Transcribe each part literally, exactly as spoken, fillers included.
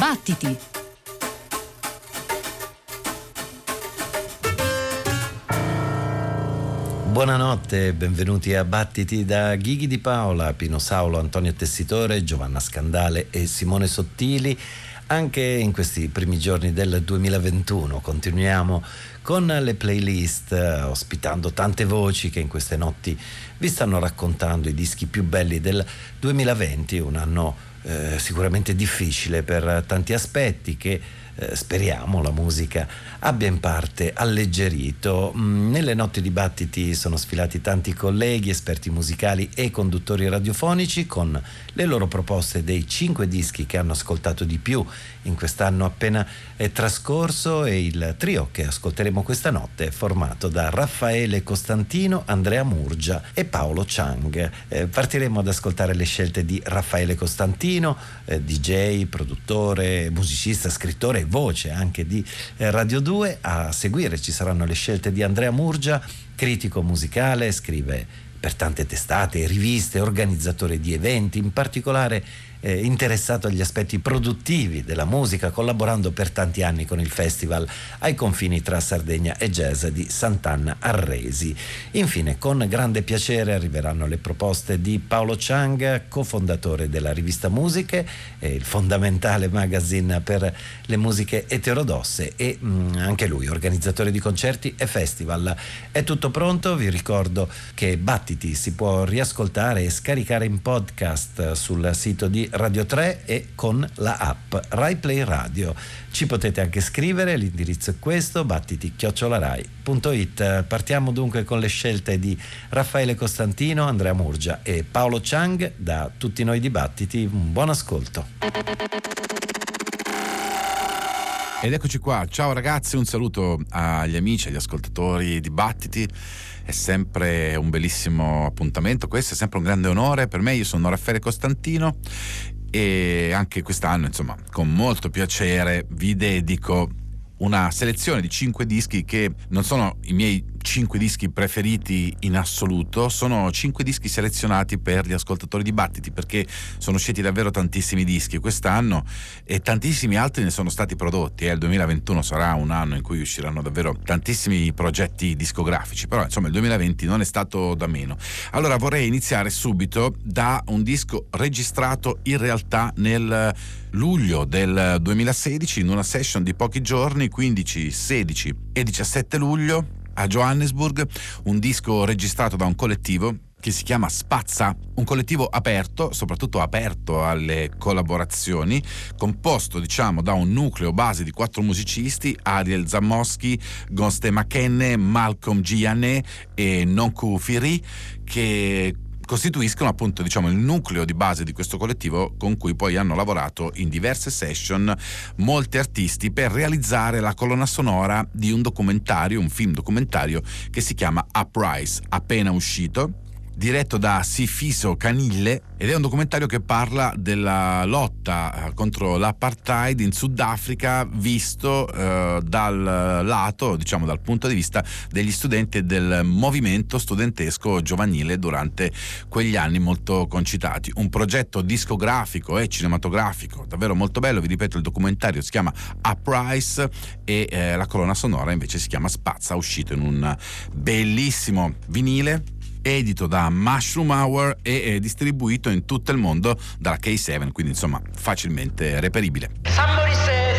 Battiti! Buonanotte, benvenuti a Battiti da Ghighi Di Paola, Pino Saulo, Antonio Tessitore, Giovanna Scandale e Simone Sottili. Anche in questi primi giorni del duemilaventuno continuiamo con le playlist, ospitando tante voci che in queste notti vi stanno raccontando i dischi più belli del duemilaventi, un anno eh, sicuramente difficile per tanti aspetti che Eh, speriamo la musica abbia in parte alleggerito. Mm, nelle notti di Battiti sono sfilati tanti colleghi, esperti musicali e conduttori radiofonici con le loro proposte dei cinque dischi che hanno ascoltato di più in quest'anno appena è trascorso, e il trio che ascolteremo questa notte è formato da Raffaele Costantino, Andrea Murgia e Paolo Chang. Eh, partiremo ad ascoltare le scelte di Raffaele Costantino, eh, D J, produttore, musicista, scrittore, voce anche di eh, Radio due. A seguire ci saranno le scelte di Andrea Murgia, critico musicale, scrive per tante testate e riviste, organizzatore di eventi, in particolare eh, interessato agli aspetti produttivi della musica, collaborando per tanti anni con il festival ai confini tra Sardegna e jazz di Sant'Anna a Resi. Infine, con grande piacere arriveranno le proposte di Paolo Chang, cofondatore della rivista Musiche, eh, il fondamentale magazine per le musiche eterodosse, e mh, anche lui organizzatore di concerti e festival. È tutto pronto, vi ricordo che Battiti si può riascoltare e scaricare in podcast sul sito di Radio tre e con la app Rai Play Radio. Ci potete anche scrivere, l'indirizzo è questo, battiti chiocciola rai punto it. Partiamo dunque con le scelte di Raffaele Costantino, Andrea Murgia e Paolo Chang. Da tutti noi di Battiti, un buon ascolto. Ed eccoci qua, ciao ragazzi, un saluto agli amici, agli ascoltatori di Battiti. È sempre un bellissimo appuntamento, questo è sempre un grande onore per me. Io sono Raffaele Costantino e anche quest'anno, insomma, con molto piacere vi dedico una selezione di cinque dischi che non sono i miei cinque dischi preferiti in assoluto, sono cinque dischi selezionati per gli ascoltatori di Battiti, perché sono usciti davvero tantissimi dischi quest'anno e tantissimi altri ne sono stati prodotti. Eh. Il duemilaventuno sarà un anno in cui usciranno davvero tantissimi progetti discografici, però insomma il duemilaventi non è stato da meno. Allora vorrei iniziare subito da un disco registrato in realtà nel luglio del duemilasedici, in una session di pochi giorni, quindici, sedici e diciassette luglio a Johannesburg, un disco registrato da un collettivo che si chiama Spazza, un collettivo aperto, soprattutto aperto alle collaborazioni, composto diciamo da un nucleo base di quattro musicisti: Ariel Zamoski, Gonste Makenne, Malcolm Gianné e Nonku Firi, che costituiscono appunto diciamo il nucleo di base di questo collettivo, con cui poi hanno lavorato in diverse session molti artisti per realizzare la colonna sonora di un documentario, un film documentario che si chiama Uprise, appena uscito, diretto da Sifiso Canille, ed è un documentario che parla della lotta contro l'apartheid in Sudafrica, visto eh, dal lato, diciamo dal punto di vista degli studenti e del movimento studentesco giovanile durante quegli anni molto concitati. Un progetto discografico e cinematografico davvero molto bello. Vi ripeto, il documentario si chiama Uprise e eh, la colonna sonora invece si chiama Spazza, uscito in un bellissimo vinile edito da Mushroom Hour e è distribuito in tutto il mondo dalla K sette, quindi insomma facilmente reperibile. Somebody says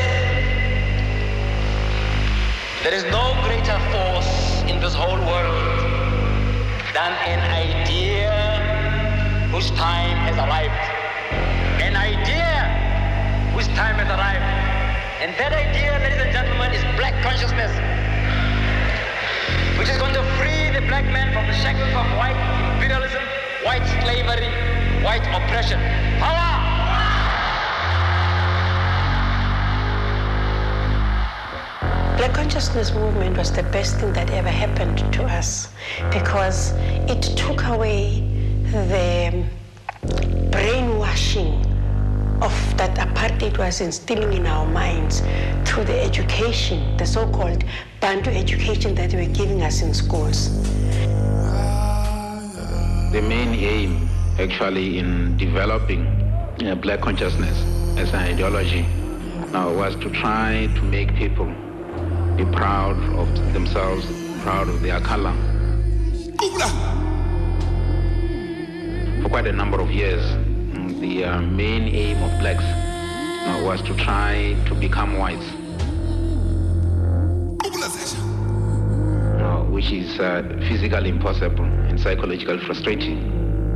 there is no greater force in this whole world than an idea whose time has arrived. An idea whose time has arrived. And that idea, ladies and gentlemen, is black consciousness, which is going to free the black man from the shackles of white imperialism, white slavery, white oppression. Power! Black consciousness movement was the best thing that ever happened to us, because it took away the brainwashing of that apartheid was instilling in our minds through the education, the so-called Bantu education that they were giving us in schools. The main aim actually in developing uh, black consciousness as an ideology uh, was to try to make people be proud of themselves, proud of their color. For quite a number of years, the uh, main aim of blacks uh, was to try to become whites, uh, which is uh, physically impossible and psychologically frustrating.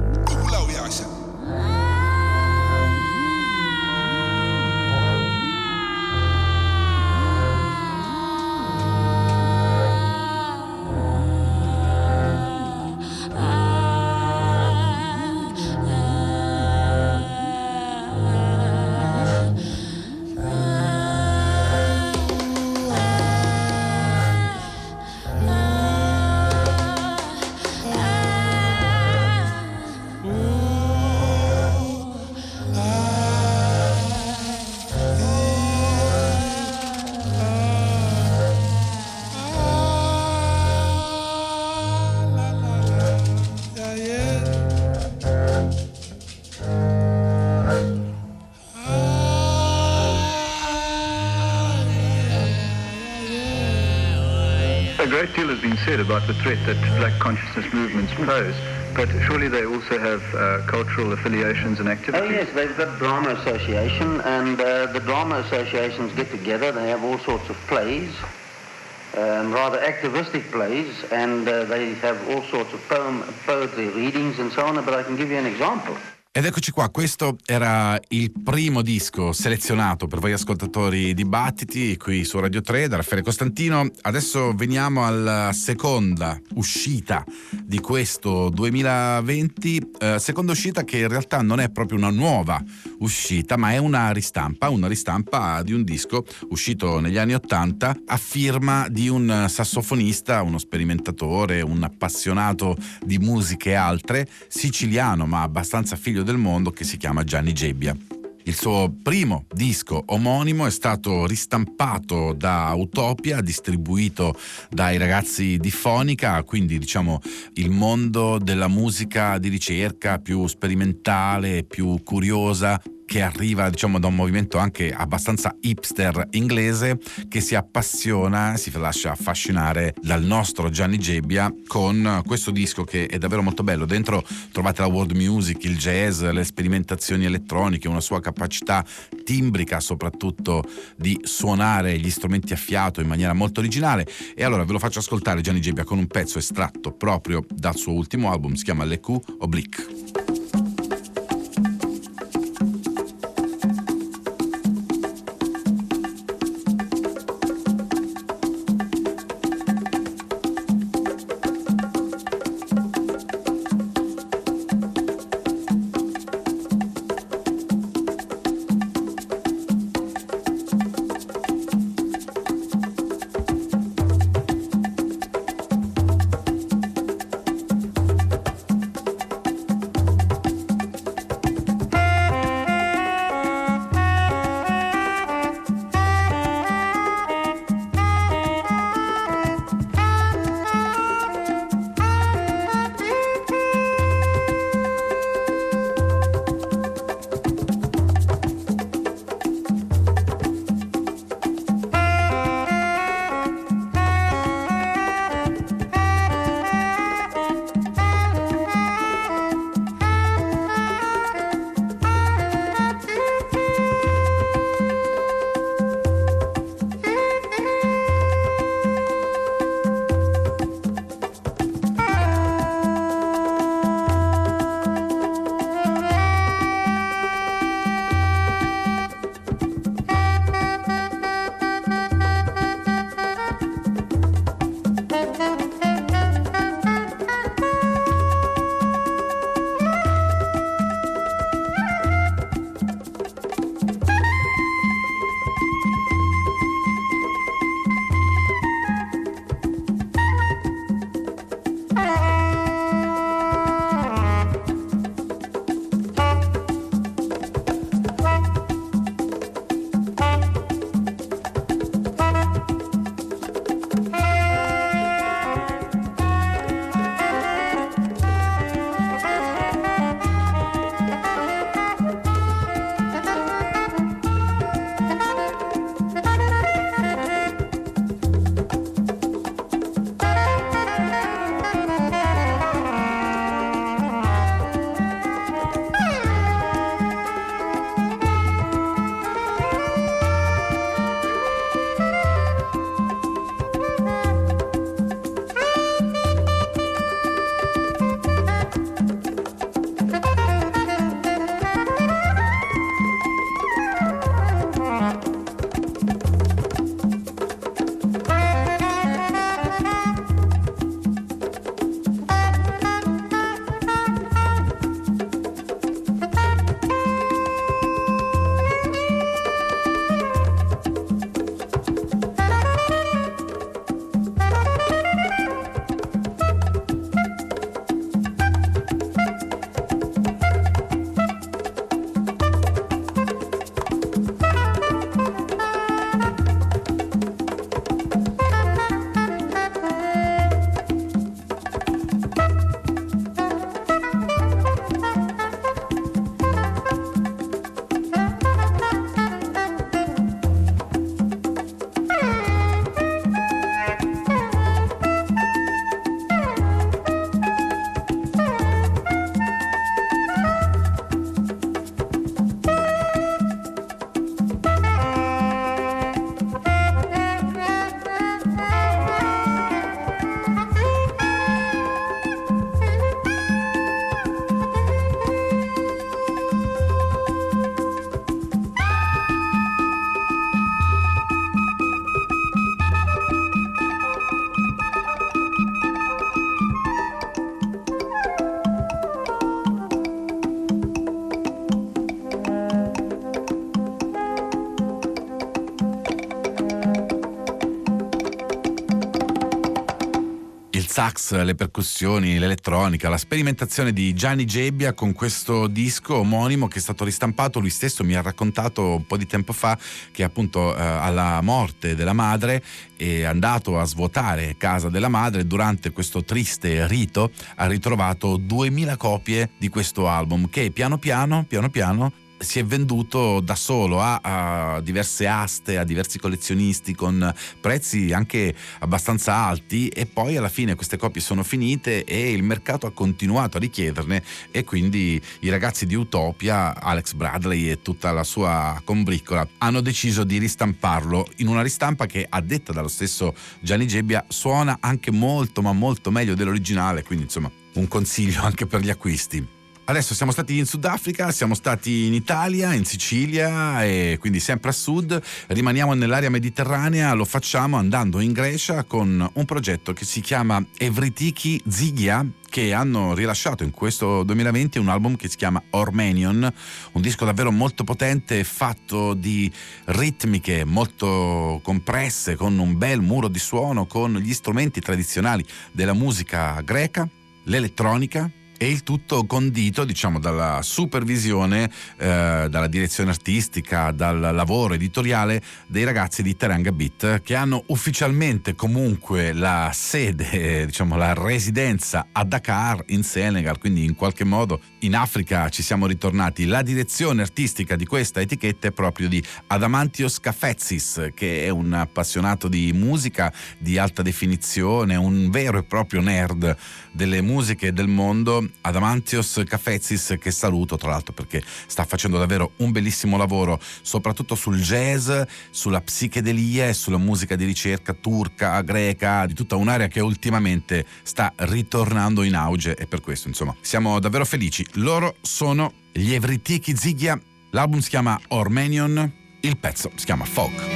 A great deal has been said about the threat that black consciousness movements pose, but surely they also have uh, cultural affiliations and activities? Oh yes, they've got drama association, and uh, the drama associations get together. They have all sorts of plays, um, rather activistic plays, and uh, they have all sorts of poem, poetry readings and so on, but I can give you an example. Ed eccoci qua, questo era il primo disco selezionato per voi ascoltatori di Battiti qui su Radio tre da Raffaele Costantino. Adesso veniamo alla seconda uscita di questo duemilaventi, eh, seconda uscita che in realtà non è proprio una nuova uscita, ma è una ristampa, una ristampa di un disco uscito negli anni Ottanta a firma di un sassofonista, uno sperimentatore, un appassionato di musiche e altre, siciliano ma abbastanza figlio del mondo, che si chiama Gianni Gebbia. Il suo primo disco omonimo è stato ristampato da Utopia, distribuito dai ragazzi di Fonica, quindi diciamo il mondo della musica di ricerca più sperimentale, più curiosa, che arriva diciamo da un movimento anche abbastanza hipster inglese, che si appassiona, si lascia affascinare dal nostro Gianni Gebbia con questo disco che è davvero molto bello. Dentro trovate la world music, il jazz, le sperimentazioni elettroniche, una sua capacità timbrica soprattutto di suonare gli strumenti a fiato in maniera molto originale. E allora ve lo faccio ascoltare Gianni Gebbia con un pezzo estratto proprio dal suo ultimo album, si chiama Le Coups Obliques. sax, le percussioni, l'elettronica, la sperimentazione di Gianni Gebbia con questo disco omonimo che è stato ristampato. Lui stesso mi ha raccontato un po' di tempo fa che appunto eh, alla morte della madre è andato a svuotare casa della madre. Durante questo triste rito ha ritrovato duemila copie di questo album che piano piano, piano piano si è venduto da solo a, a diverse aste, a diversi collezionisti con prezzi anche abbastanza alti, e poi alla fine queste copie sono finite e il mercato ha continuato a richiederne, e quindi i ragazzi di Utopia, Alex Bradley e tutta la sua combriccola, hanno deciso di ristamparlo in una ristampa che, a detta dallo stesso Gianni Gebbia, suona anche molto ma molto meglio dell'originale, quindi insomma un consiglio anche per gli acquisti. Adesso siamo stati in Sudafrica, siamo stati in Italia, in Sicilia, e quindi sempre a sud. Rimaniamo nell'area mediterranea, lo facciamo andando in Grecia con un progetto che si chiama Evritiki Zygia, che hanno rilasciato in questo duemilaventi un album che si chiama Ormenion, un disco davvero molto potente, fatto di ritmiche molto compresse, con un bel muro di suono, con gli strumenti tradizionali della musica greca, l'elettronica, e il tutto condito, diciamo, dalla supervisione, eh, dalla direzione artistica, dal lavoro editoriale dei ragazzi di Teranga Beat, che hanno ufficialmente comunque la sede, diciamo la residenza a Dakar in Senegal, quindi in qualche modo in Africa ci siamo ritornati. La direzione artistica di questa etichetta è proprio di Adamantios Kafetsis, che è un appassionato di musica di alta definizione, un vero e proprio nerd delle musiche del mondo. Adamantios Kafetsis, che saluto tra l'altro perché sta facendo davvero un bellissimo lavoro, soprattutto sul jazz, sulla psichedelia e sulla musica di ricerca turca, greca, di tutta un'area che ultimamente sta ritornando in auge, e per questo insomma siamo davvero felici. Loro sono gli Evritiki Zygia, l'album si chiama Ormenion, il pezzo si chiama Folk.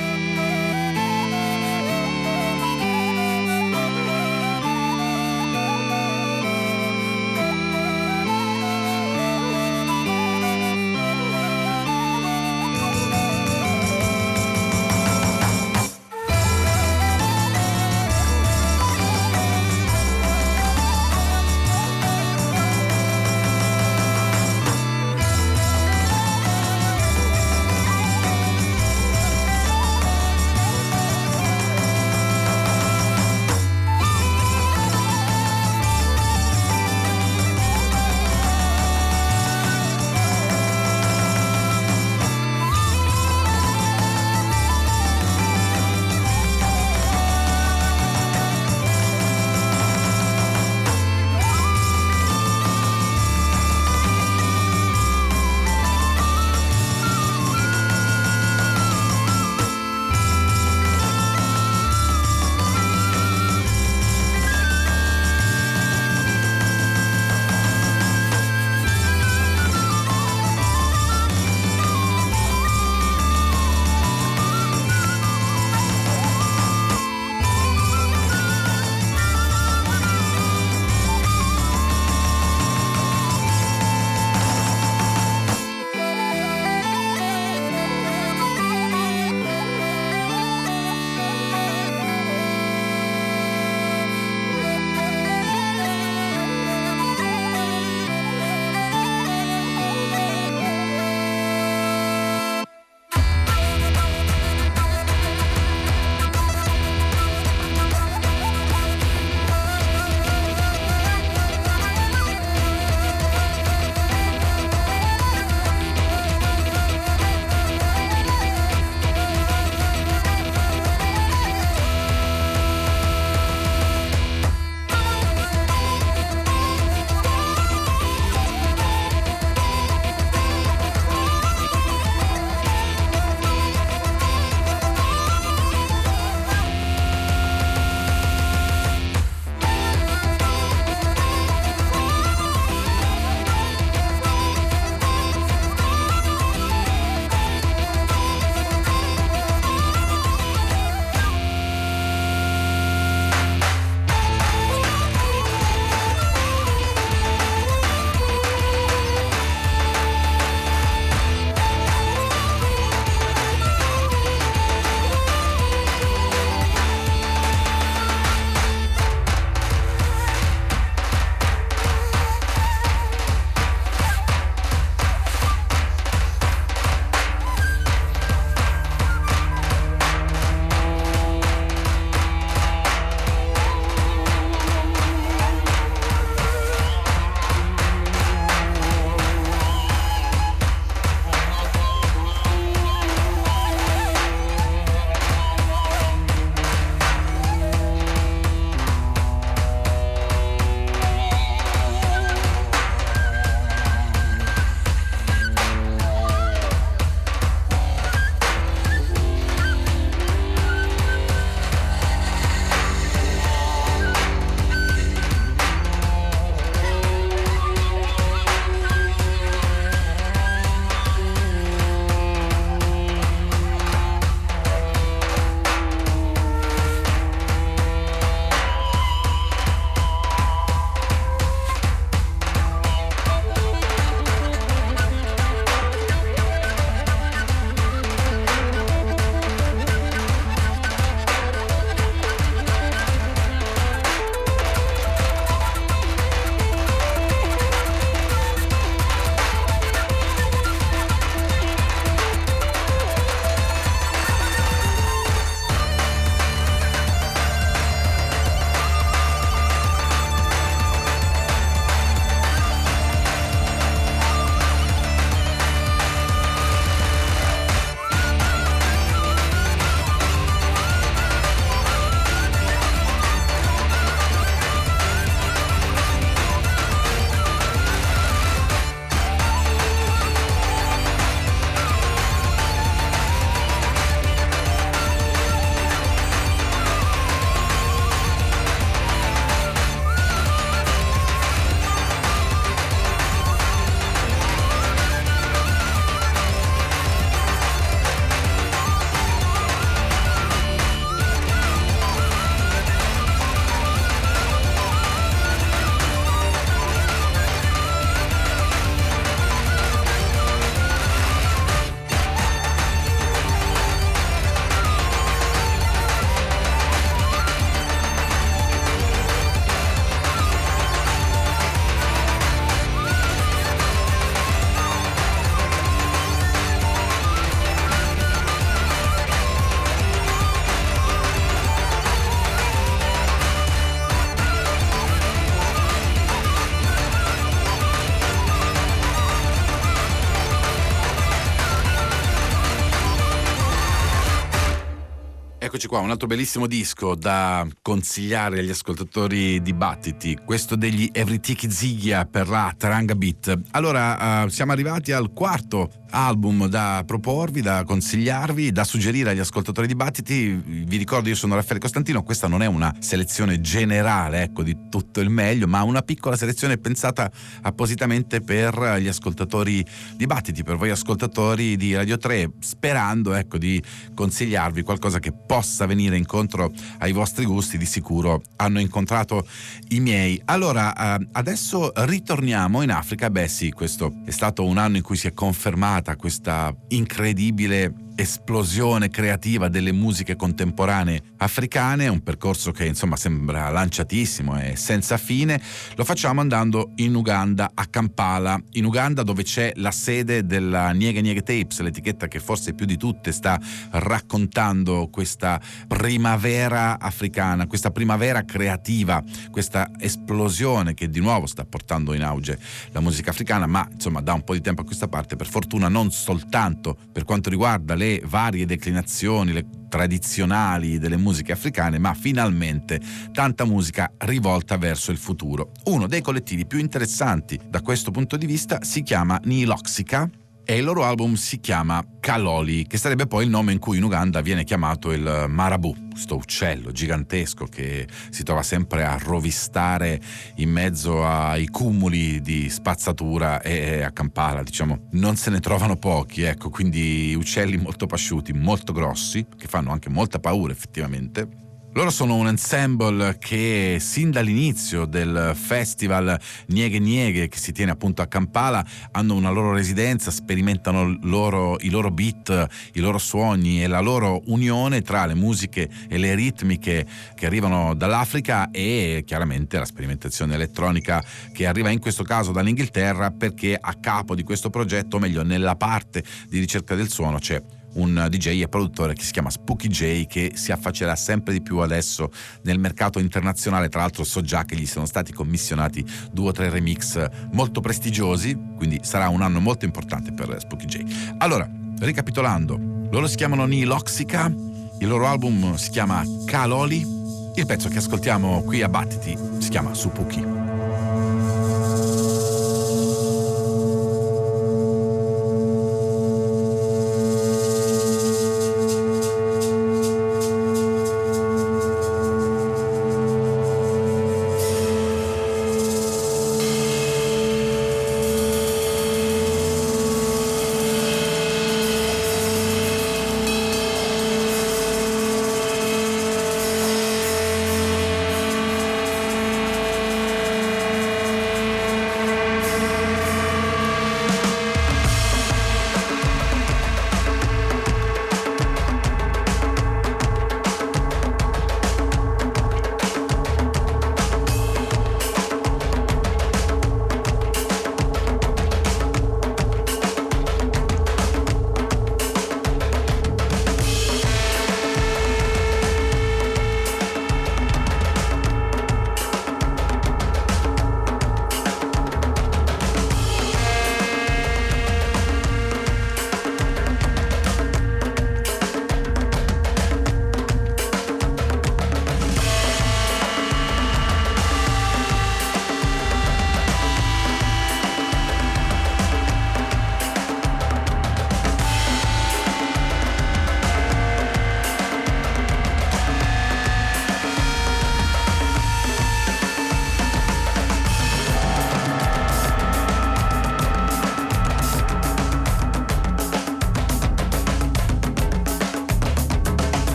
eccoci qua, un altro bellissimo disco da consigliare agli ascoltatori di Battiti, questo degli Evritiki Ziglia per la Teranga Beat. Allora, uh, siamo arrivati al quarto album da proporvi, da consigliarvi, da suggerire agli ascoltatori di Battiti. Vi ricordo, io sono Raffaele Costantino, questa non è una selezione generale, ecco, di tutto il meglio, ma una piccola selezione pensata appositamente per gli ascoltatori di Battiti, per voi ascoltatori di Radio tre, sperando, ecco, di consigliarvi qualcosa che possa venire incontro ai vostri gusti. Di sicuro hanno incontrato i miei. Allora, eh, adesso ritorniamo in Africa. Beh sì, questo è stato un anno in cui si è confermata questa incredibile esplosione creativa delle musiche contemporanee africane, un percorso che insomma sembra lanciatissimo e senza fine. Lo facciamo andando in Uganda, a Kampala, in Uganda, dove c'è la sede della Nyege Nyege Tapes, l'etichetta che forse più di tutte sta raccontando questa primavera africana, questa primavera creativa, questa esplosione che di nuovo sta portando in auge la musica africana, ma insomma da un po' di tempo a questa parte, per fortuna, non soltanto per quanto riguarda le le varie declinazioni, le tradizionali delle musiche africane, ma finalmente tanta musica rivolta verso il futuro. Uno dei collettivi più interessanti da questo punto di vista si chiama Niloxica e il loro album si chiama Kaloli, che sarebbe poi il nome in cui in Uganda viene chiamato il marabù, questo uccello gigantesco che si trova sempre a rovistare in mezzo ai cumuli di spazzatura, e a Kampala, diciamo, non se ne trovano pochi, ecco, quindi uccelli molto pasciuti, molto grossi, che fanno anche molta paura effettivamente. Loro sono un ensemble che sin dall'inizio del festival Nyege Nyege, che si tiene appunto a Kampala, hanno una loro residenza, sperimentano loro, i loro beat, i loro suoni e la loro unione tra le musiche e le ritmiche che arrivano dall'Africa e chiaramente la sperimentazione elettronica che arriva in questo caso dall'Inghilterra, perché a capo di questo progetto, o meglio nella parte di ricerca del suono, c'è un D J e produttore che si chiama Spooky J, che si affaccerà sempre di più adesso nel mercato internazionale. Tra l'altro so già che gli sono stati commissionati due o tre remix molto prestigiosi, quindi sarà un anno molto importante per Spooky J. Allora, ricapitolando, loro si chiamano Niloxica, il loro album si chiama Kaloli, il pezzo che ascoltiamo qui a Battiti si chiama Supuki.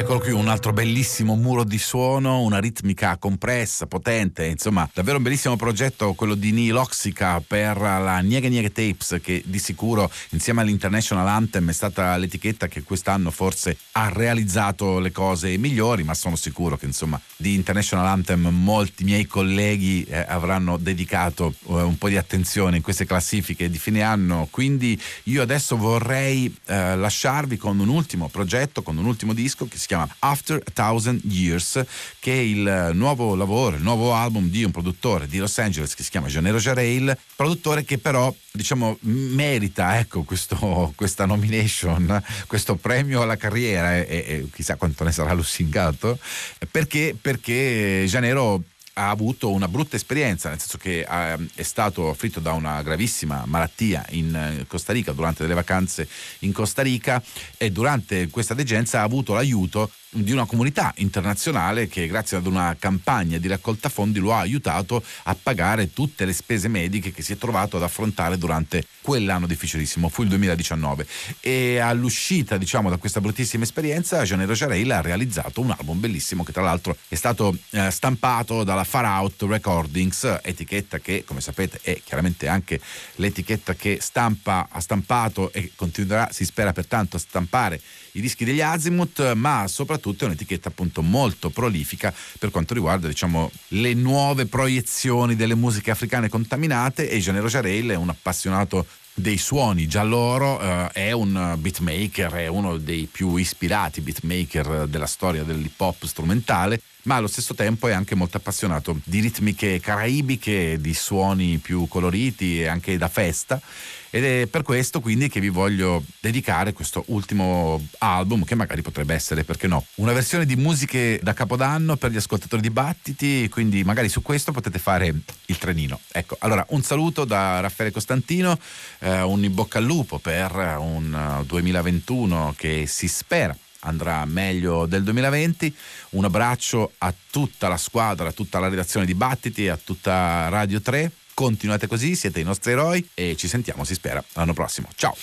Eccolo qui, un altro bellissimo muro di suono, una ritmica compressa, potente, insomma davvero un bellissimo progetto quello di Neil Oxica per la Nieghe Nieghe Tapes, che di sicuro insieme all'International Anthem è stata l'etichetta che quest'anno forse ha realizzato le cose migliori, ma sono sicuro che insomma di International Anthem molti miei colleghi eh, avranno dedicato eh, un po' di attenzione in queste classifiche di fine anno, quindi io adesso vorrei eh, lasciarvi con un ultimo progetto, con un ultimo disco che si chiama After a Thousand Years, che è il nuovo lavoro, il nuovo album di un produttore di Los Angeles che si chiama Janero Jarreil, produttore che però diciamo merita ecco questo, questa nomination, questo premio alla carriera e, e chissà quanto ne sarà lusingato, perché perché Janero ha avuto una brutta esperienza, nel senso che è stato afflitto da una gravissima malattia in Costa Rica durante delle vacanze in Costa Rica, e durante questa degenza ha avuto l'aiuto di una comunità internazionale che grazie ad una campagna di raccolta fondi lo ha aiutato a pagare tutte le spese mediche che si è trovato ad affrontare durante quell'anno difficilissimo, fu il duemiladiciannove, e all'uscita diciamo da questa bruttissima esperienza Janero Jarreil ha realizzato un album bellissimo che tra l'altro è stato eh, stampato dalla Far Out Recordings, etichetta che come sapete è chiaramente anche l'etichetta che stampa, ha stampato e continuerà si spera pertanto a stampare i dischi degli Azimuth, ma soprattutto è un'etichetta appunto molto prolifica per quanto riguarda diciamo le nuove proiezioni delle musiche africane contaminate, e Janero Jarreil è un appassionato dei suoni gialloro, eh, è un beatmaker, è uno dei più ispirati beatmaker della storia dell'hip hop strumentale, ma allo stesso tempo è anche molto appassionato di ritmiche caraibiche, di suoni più coloriti e anche da festa, ed è per questo quindi che vi voglio dedicare questo ultimo album che magari potrebbe essere, perché no, una versione di musiche da Capodanno per gli ascoltatori di Battiti, quindi magari su questo potete fare il trenino. Ecco, allora un saluto da Raffaele Costantino, eh, un in bocca al lupo per un duemilaventuno che si spera andrà meglio del duemilaventi, un abbraccio a tutta la squadra, a tutta la redazione di Battiti, a tutta Radio tre, continuate così, siete i nostri eroi e ci sentiamo, si spera, l'anno prossimo. Ciao!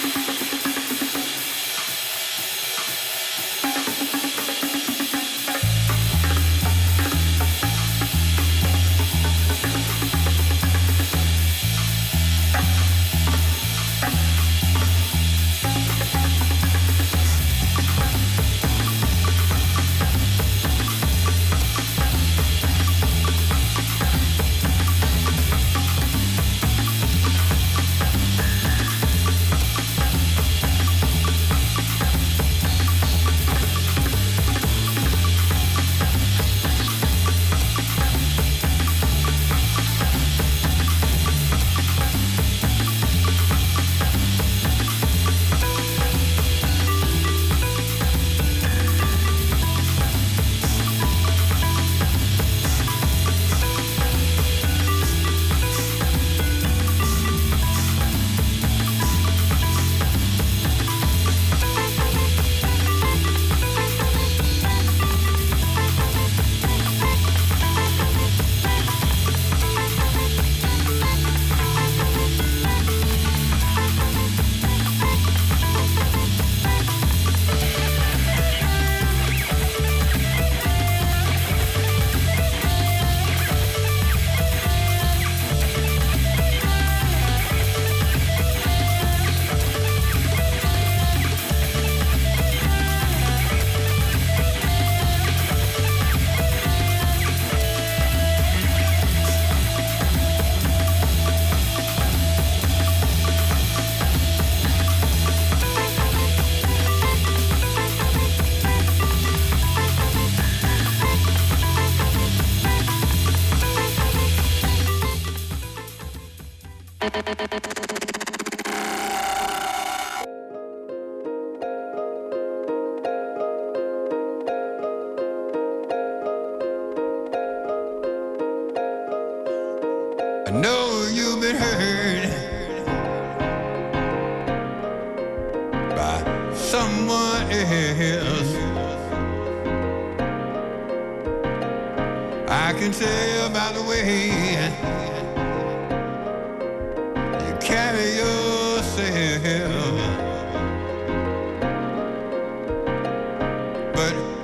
I know you've been hurt by someone else. I can tell by the way you carry yourself, but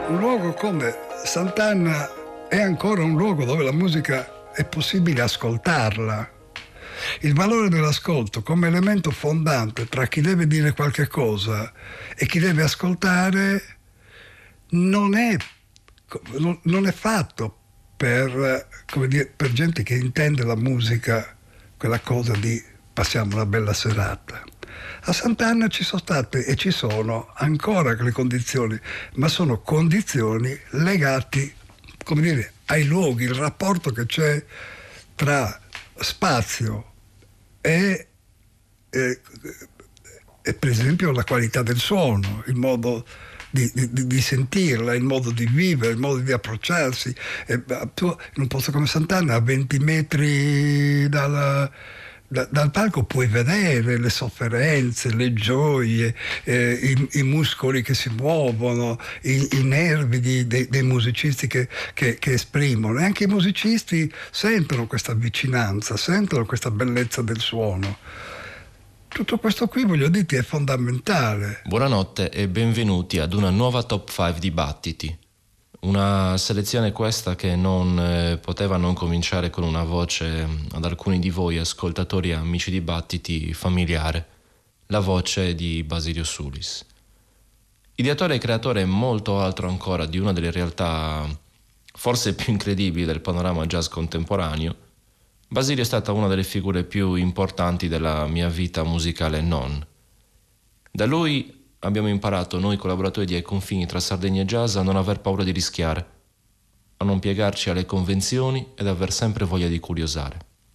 un luogo come Sant'Anna è ancora un luogo dove la musica è possibile ascoltarla. Il valore dell'ascolto come elemento fondante tra chi deve dire qualche cosa e chi deve ascoltare non è, non è fatto per, come dire, per gente che intende la musica, quella cosa di passiamo una bella serata. A Sant'Anna ci sono state e ci sono ancora quelle condizioni, ma sono condizioni legate, come dire, ai luoghi, il rapporto che c'è tra spazio e, e, e per esempio la qualità del suono, il modo di, di, di sentirla, il modo di vivere, il modo di approcciarsi. E, tu in un posto come Sant'Anna, a venti metri dalla... Da, dal palco puoi vedere le sofferenze, le gioie, eh, i, i muscoli che si muovono, i, i nervi di, dei, dei musicisti che, che, che esprimono, e anche i musicisti sentono questa vicinanza, sentono questa bellezza del suono. Tutto questo qui, voglio dirti, è fondamentale. Buonanotte e benvenuti ad una nuova Top cinque Dibattiti. Una selezione questa che non eh, poteva non cominciare con una voce ad alcuni di voi ascoltatori e amici dibattiti familiare, la voce di Basilio Sulis. Ideatore e creatore molto altro ancora di una delle realtà forse più incredibili del panorama jazz contemporaneo, Basilio è stata una delle figure più importanti della mia vita musicale e non. Da lui abbiamo imparato, noi collaboratori di Ai confini tra Sardegna e jazz, a non aver paura di rischiare, a non piegarci alle convenzioni ed aver sempre voglia di curiosare.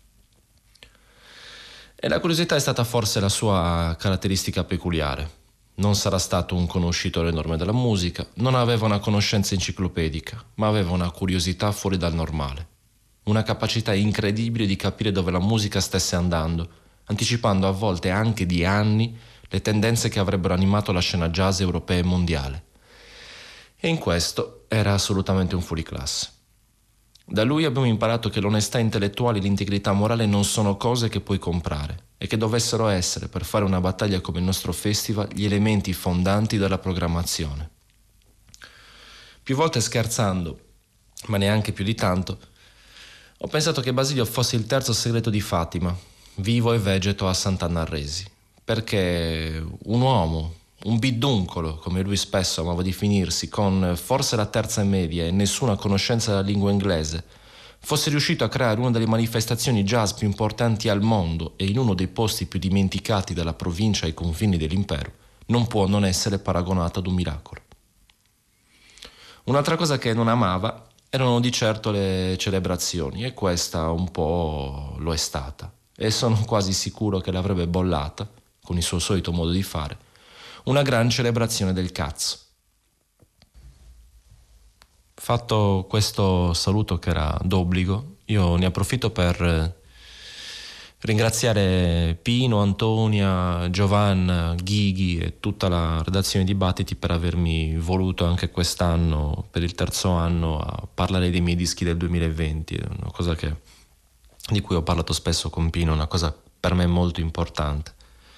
E la curiosità è stata forse la sua caratteristica peculiare. Non sarà stato un conoscitore enorme della musica, non aveva una conoscenza enciclopedica, ma aveva una curiosità fuori dal normale, una capacità incredibile di capire dove la musica stesse andando, anticipando a volte anche di anni le tendenze che avrebbero animato la scena jazz europea e mondiale. E in questo era assolutamente un fuoriclasse. Da lui abbiamo imparato che l'onestà intellettuale e l'integrità morale non sono cose che puoi comprare e che dovessero essere, per fare una battaglia come il nostro festival, gli elementi fondanti della programmazione. Più volte scherzando, ma neanche più di tanto, ho pensato che Basilio fosse il terzo segreto di Fatima, vivo e vegeto a Sant'Anna al Resi. Perché un uomo, un biduncolo, come lui spesso amava definirsi, con forse la terza media e nessuna conoscenza della lingua inglese, fosse riuscito a creare una delle manifestazioni jazz più importanti al mondo e in uno dei posti più dimenticati della provincia ai confini dell'impero, non può non essere paragonato ad un miracolo. Un'altra cosa che non amava erano di certo le celebrazioni, e questa un po' lo è stata, e sono quasi sicuro che l'avrebbe bollata, con il suo solito modo di fare, una gran celebrazione del cazzo. Fatto questo saluto che era d'obbligo, io ne approfitto per ringraziare Pino, Antonia, Giovanna, Ghighi e tutta la redazione di Dibattiti per avermi voluto anche quest'anno, per il terzo anno, a parlare dei miei dischi del duemilaventi. È una cosa che, di cui ho parlato spesso con Pino, una cosa per me molto importante.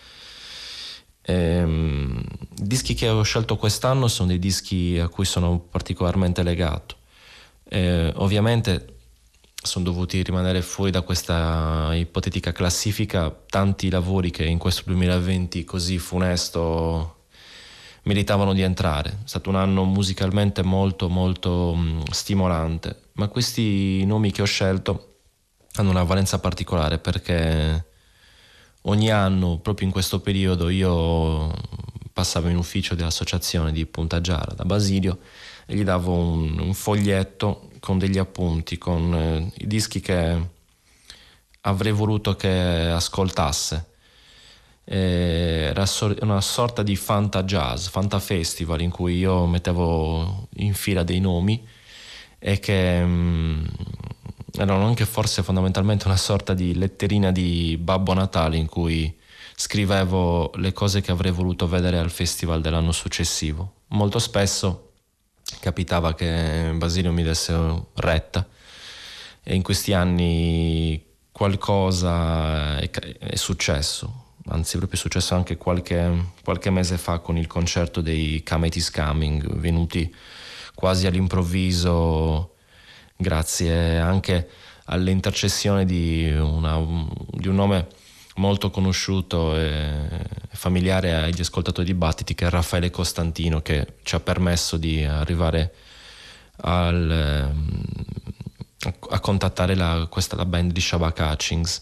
Ehm, I dischi che ho scelto quest'anno sono dei dischi a cui sono particolarmente legato. Eh, ovviamente sono dovuti rimanere fuori da questa ipotetica classifica tanti lavori che in questo duemilaventi così funesto meritavano di entrare. È stato un anno musicalmente molto molto mh, stimolante, ma questi nomi che ho scelto hanno una valenza particolare perché ogni anno, proprio in questo periodo, io passavo in ufficio dell'associazione di Punta Giara da Basilio e gli davo un, un foglietto con degli appunti, con eh, i dischi che avrei voluto che ascoltasse. Era una sorta di Fanta Jazz, Fanta Festival, in cui io mettevo in fila dei nomi e che mh, erano anche forse fondamentalmente una sorta di letterina di Babbo Natale in cui scrivevo le cose che avrei voluto vedere al festival dell'anno successivo. Molto spesso capitava che Basilio mi desse retta e in questi anni qualcosa è, è successo, anzi proprio è successo anche qualche, qualche mese fa con il concerto dei Come It Is Coming, venuti quasi all'improvviso, grazie anche all'intercessione di, una, di un nome molto conosciuto e familiare agli ascoltatori di Battiti, che è Raffaele Costantino, che ci ha permesso di arrivare al, a contattare la, questa, la band di Shabaka Hutchings.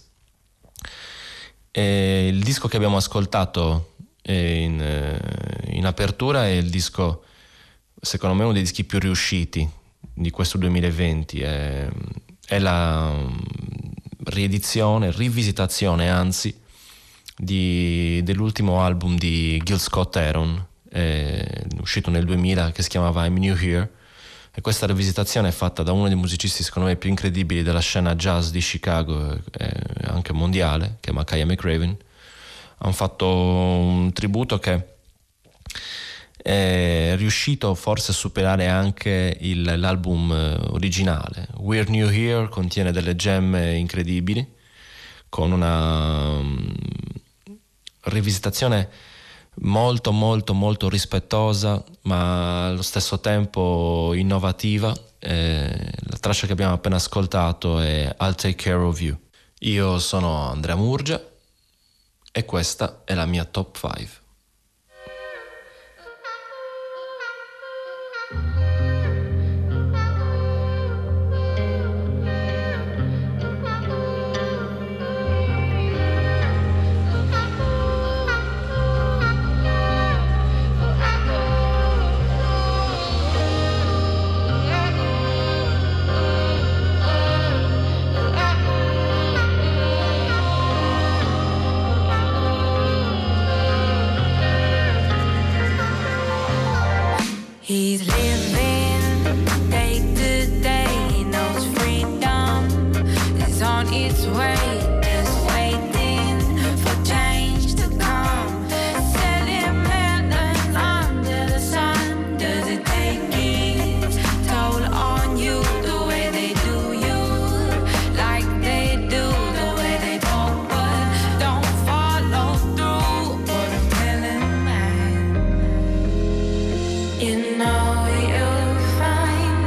E il disco che abbiamo ascoltato in, in apertura è il disco, secondo me, uno dei dischi più riusciti di questo duemilaventi. È, è la riedizione, rivisitazione anzi, di, dell'ultimo album di Gil Scott-Heron, uscito nel duemila, che si chiamava I'm New Here, e questa rivisitazione è fatta da uno dei musicisti secondo me più incredibili della scena jazz di Chicago e anche mondiale, che è Makaya McRaven. Hanno fatto un tributo che è riuscito forse a superare anche il, l'album originale. We're New Here contiene delle gemme incredibili, con una um, rivisitazione molto molto molto rispettosa, ma allo stesso tempo innovativa. Eh, la traccia che abbiamo appena ascoltato è I'll Take Care of You. Io sono Andrea Murgia e questa è la mia top cinque. He's living day to day, he knows freedom is on its way, just waiting for change to come. Selling melons under the sun, does it take its toll on you the way they do you? Like they do the way they talk but don't follow through. Watermelon man, you know you'll find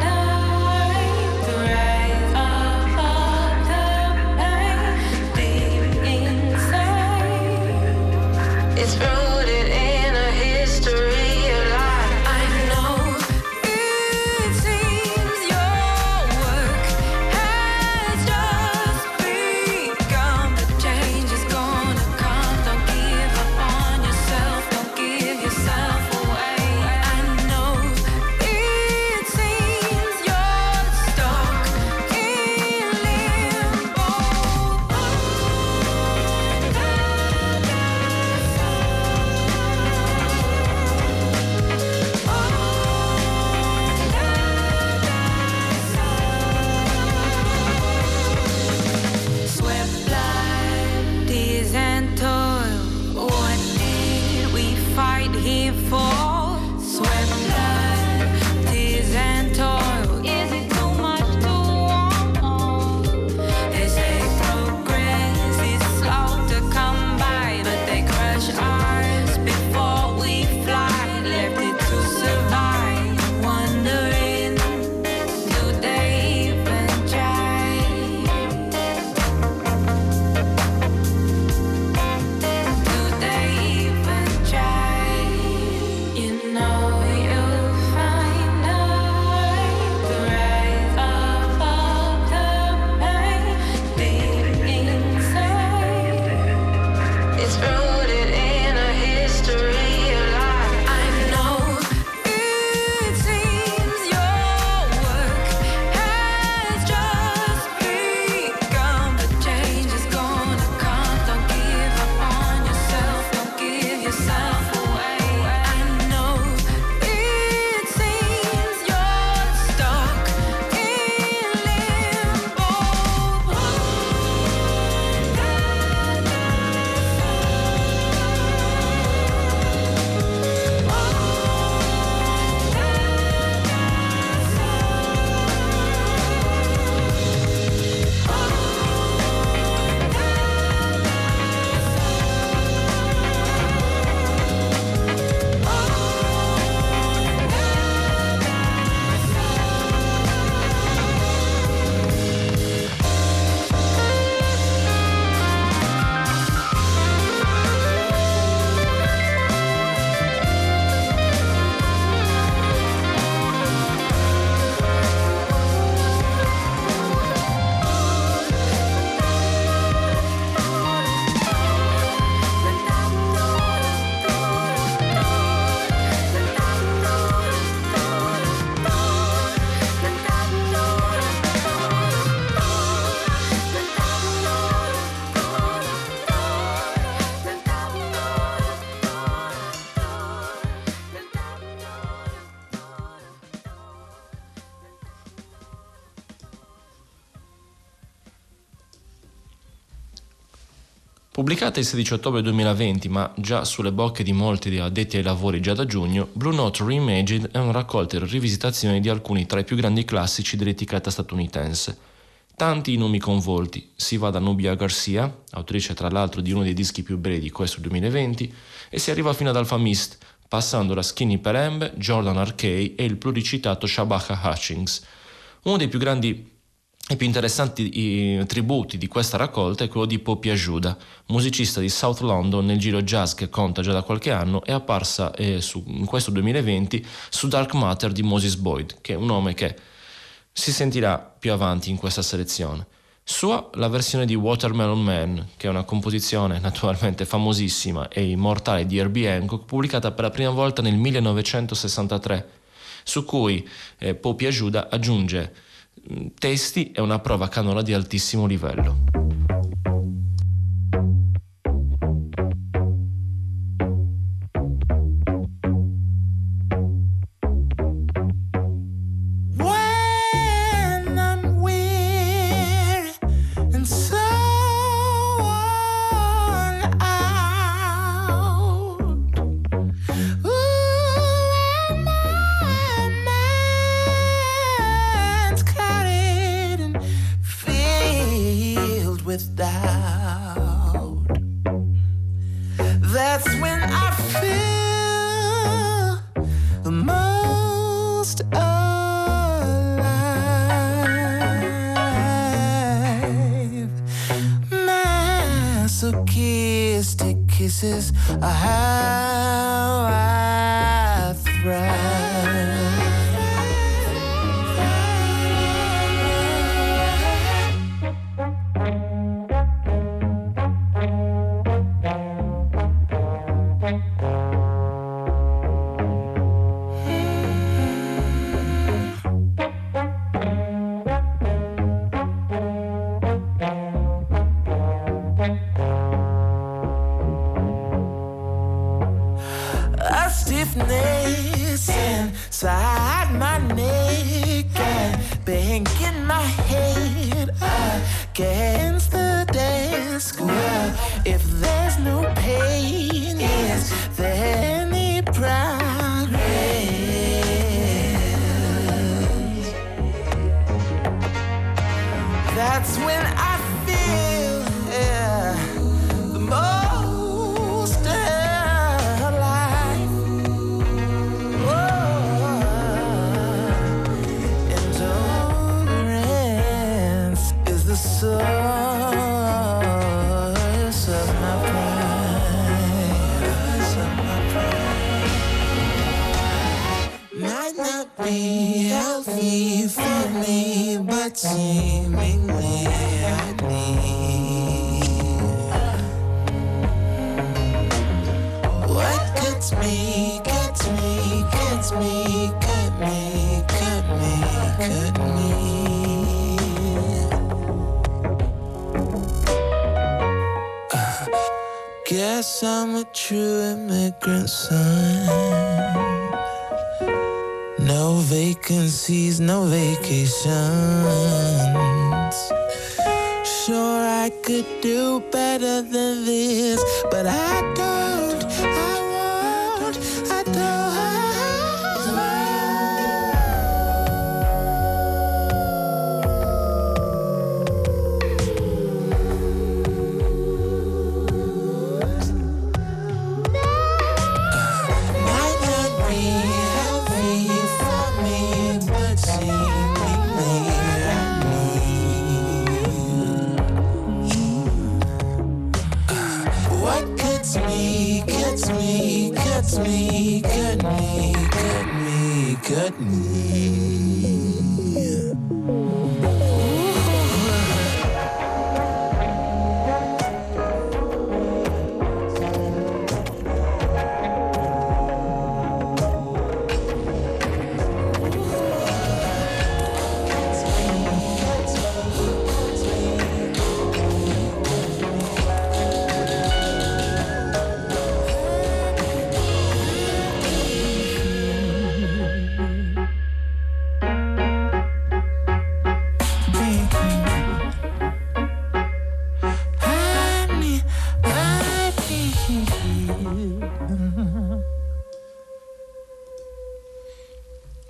Pubblicata il sedici ottobre duemilaventi, ma già sulle bocche di molti addetti ai lavori già da giugno, Blue Note Reimagined è una raccolta e rivisitazione di alcuni tra i più grandi classici dell'etichetta statunitense. Tanti i nomi convolti, si va da Nubia Garcia, autrice tra l'altro di uno dei dischi più belli di questo duemilaventi, e si arriva fino ad Alfa Mist, passando da Skinny Perembe, Jordan Arkay e il pluricitato Shabaka Hutchings. Uno dei più grandi e più interessanti i, tributi di questa raccolta è quello di Poppy Ajuda, musicista di South London nel giro jazz che conta già da qualche anno, è apparsa eh, su, in questo duemilaventi su Dark Matter di Moses Boyd, che è un nome che si sentirà più avanti in questa selezione. Sua la versione di Watermelon Man, che è una composizione naturalmente famosissima e immortale di Herbie Hancock, pubblicata per la prima volta nel millenovecentosessantatré, su cui eh, Poppy Ajuda aggiunge testi e una prova canora di altissimo livello. Kisses are how I thrive. Stiffness inside my neck and banging my head against the desk. Well, if there's no pain, is there any progress? That's when I feel yeah, the most alive. Endurance is the source of my pride. Of my pride. Might not be healthy for me, but seemingly I need. What gets me, gets me, gets me, cut me, cut me, cut me. Uh, guess I'm a true immigrant son. No vacancies, no vacations. Sure, I could do better than this, but I don't, I won't, I don't. Might not be healthy for me, but seemingly I need. What gets me, gets me, gets me, cut me, cut me, cut me.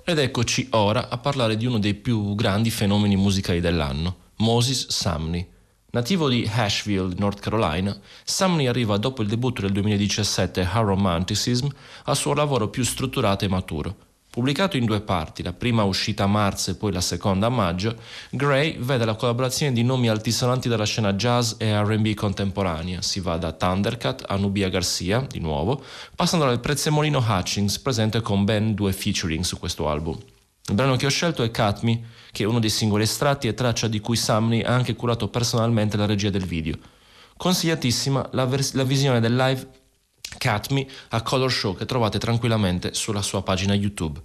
Ed eccoci ora a parlare di uno dei più grandi fenomeni musicali dell'anno, Moses Sumney. Nativo di Asheville, North Carolina, Sumney arriva dopo il debutto del duemiladiciassette A Romanticism al suo lavoro più strutturato e maturo. Pubblicato in due parti, la prima uscita a marzo e poi la seconda a maggio, Gray vede la collaborazione di nomi altisonanti della scena jazz e R and B contemporanea. Si va da Thundercat a Nubia Garcia, di nuovo, passando dal prezzemolino Hutchings, presente con ben due featuring su questo album. Il brano che ho scelto è Cut Me, che è uno dei singoli estratti e traccia di cui Sumney ha anche curato personalmente la regia del video. Consigliatissima la, vers- la visione del live Cut Me a Color Show che trovate tranquillamente sulla sua pagina YouTube.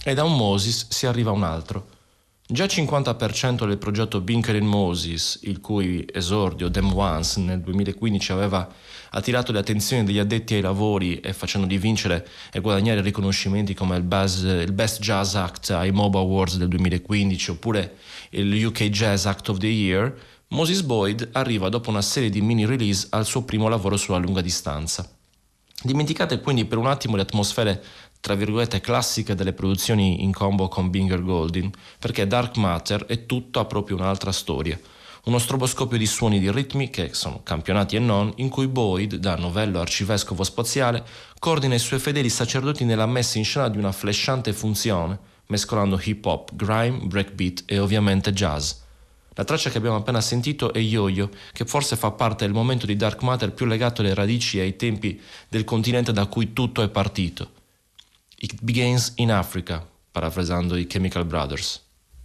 e da un Moses si arriva a un altro. Già il cinquanta per cento del progetto Binker and Moses, il cui esordio Them Once nel duemilaquindici aveva attirato le attenzioni degli addetti ai lavori e facendo di vincere e guadagnare riconoscimenti come il Best, il Best Jazz Act ai M O B Awards del duemilaquindici oppure il U K Jazz Act of the Year, Moses Boyd arriva dopo una serie di mini release al suo primo lavoro sulla lunga distanza. Dimenticate quindi per un attimo le atmosfere tra virgolette classiche delle produzioni in combo con Binker Golding, perché Dark Matter è tutto a proprio un'altra storia. Uno stroboscopio di suoni di ritmi che sono campionati e non, in cui Boyd, da novello arcivescovo spaziale, coordina i suoi fedeli sacerdoti nella messa in scena di una flashante funzione, mescolando hip hop, grime, breakbeat e ovviamente jazz. La traccia che abbiamo appena sentito è Yo-Yo, che forse fa parte del momento di Dark Matter più legato alle radici e ai tempi del continente da cui tutto è partito. It begins in Africa, parafrasando i Chemical Brothers.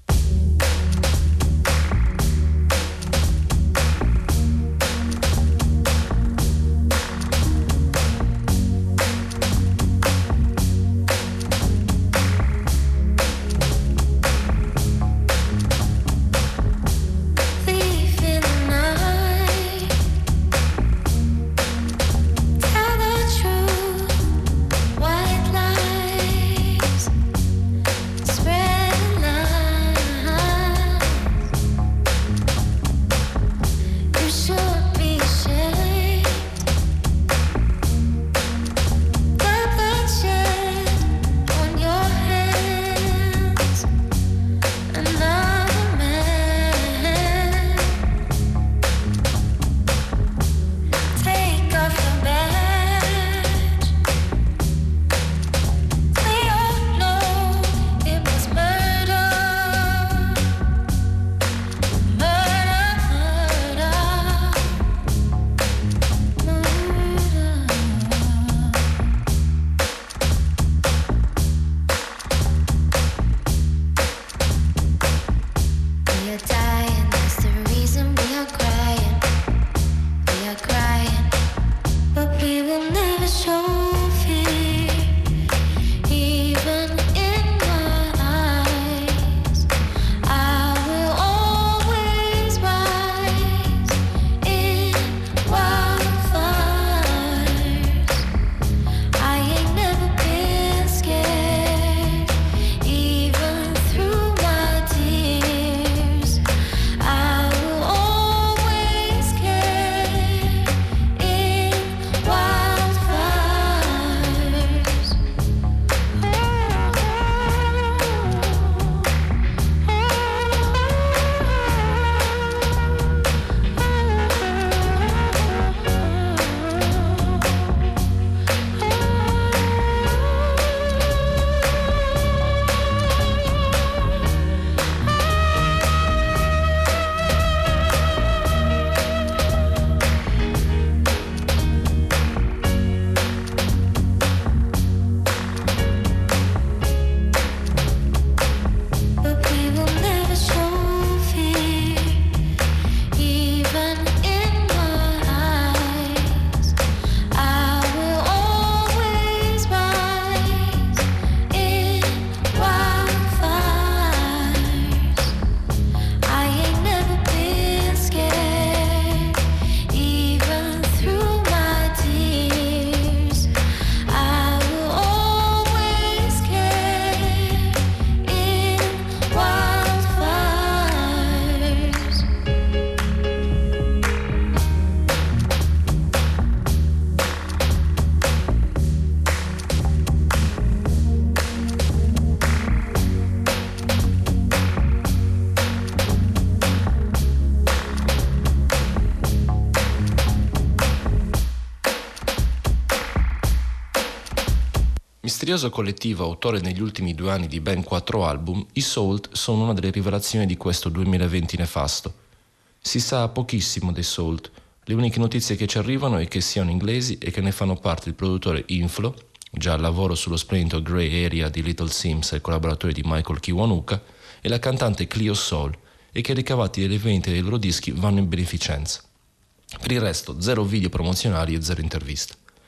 Misterioso collettivo autore negli ultimi due anni di ben quattro album, i Salt sono una delle rivelazioni di questo duemilaventi nefasto. Si sa pochissimo dei Salt, le uniche notizie che ci arrivano è che siano inglesi e che ne fanno parte il produttore Inflo, già al lavoro sullo splendido Grey Area di Little Sims e collaboratore di Michael Kiwanuka, e la cantante Cleo Sol, e che i ricavati delle vendite dei loro dischi vanno in beneficenza. Per il resto, zero video promozionali e zero interviste.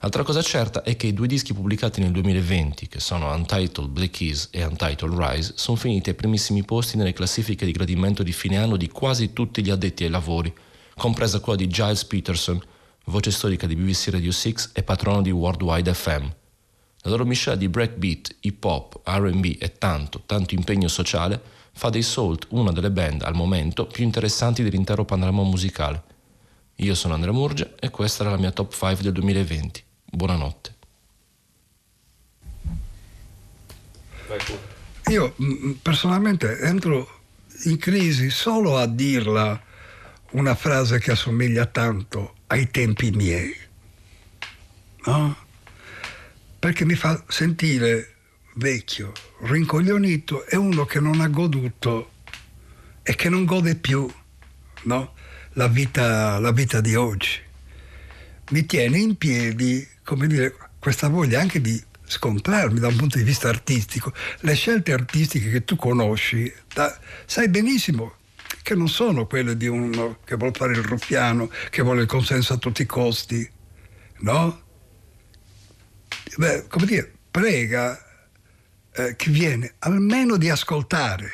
Altra cosa certa è che i due dischi pubblicati nel duemilaventi, che sono Untitled Black Keys e Untitled Rise, sono finiti ai primissimi posti nelle classifiche di gradimento di fine anno di quasi tutti gli addetti ai lavori, compresa quella di Giles Peterson, voce storica di B B C Radio sei e patrono di Worldwide F M. La loro miscela di breakbeat, hip hop, R and B e tanto, tanto impegno sociale fa dei Salt una delle band al momento più interessanti dell'intero panorama musicale. Io sono Andrea Murgia e questa era la mia top cinque del duemilaventi. Buonanotte. Io personalmente entro in crisi solo a dirla una frase che assomiglia tanto ai tempi miei, no? Perché mi fa sentire vecchio, rincoglionito e uno che non ha goduto e che non gode più, no? La vita, la vita di oggi. Mi tiene in piedi, come dire, questa voglia anche di scontrarmi da un punto di vista artistico. Le scelte artistiche che tu conosci, da, sai benissimo che non sono quelle di uno che vuole fare il ruffiano, che vuole il consenso a tutti i costi, no? Beh, come dire, prega eh, chi viene almeno di ascoltare.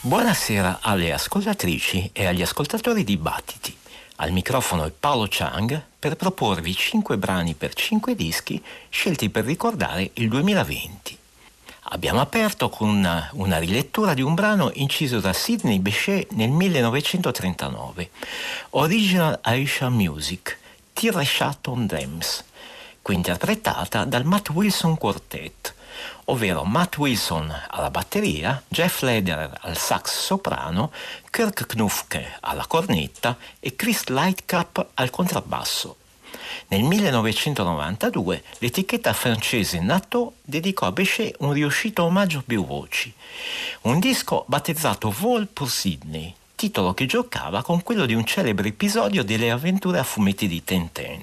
Buonasera alle ascoltatrici e agli ascoltatori di Battiti. Al microfono è Paolo Chang per proporvi cinque brani per cinque dischi scelti per ricordare il duemilaventi. Abbiamo aperto con una, una rilettura di un brano inciso da Sidney Bechet nel millenovecentotrentanove, Original Aisha Music, Tireshat on Drums, qui interpretata dal Matt Wilson Quartet, ovvero Matt Wilson alla batteria, Jeff Lederer al sax soprano, Kirk Knufke alla cornetta e Chris Lightcap al contrabbasso. Nel millenovecentonovantadue l'etichetta francese Nato dedicò a Bechet un riuscito omaggio a più voci, un disco battezzato Vol pour Sydney, titolo che giocava con quello di un celebre episodio delle avventure a fumetti di Tintin.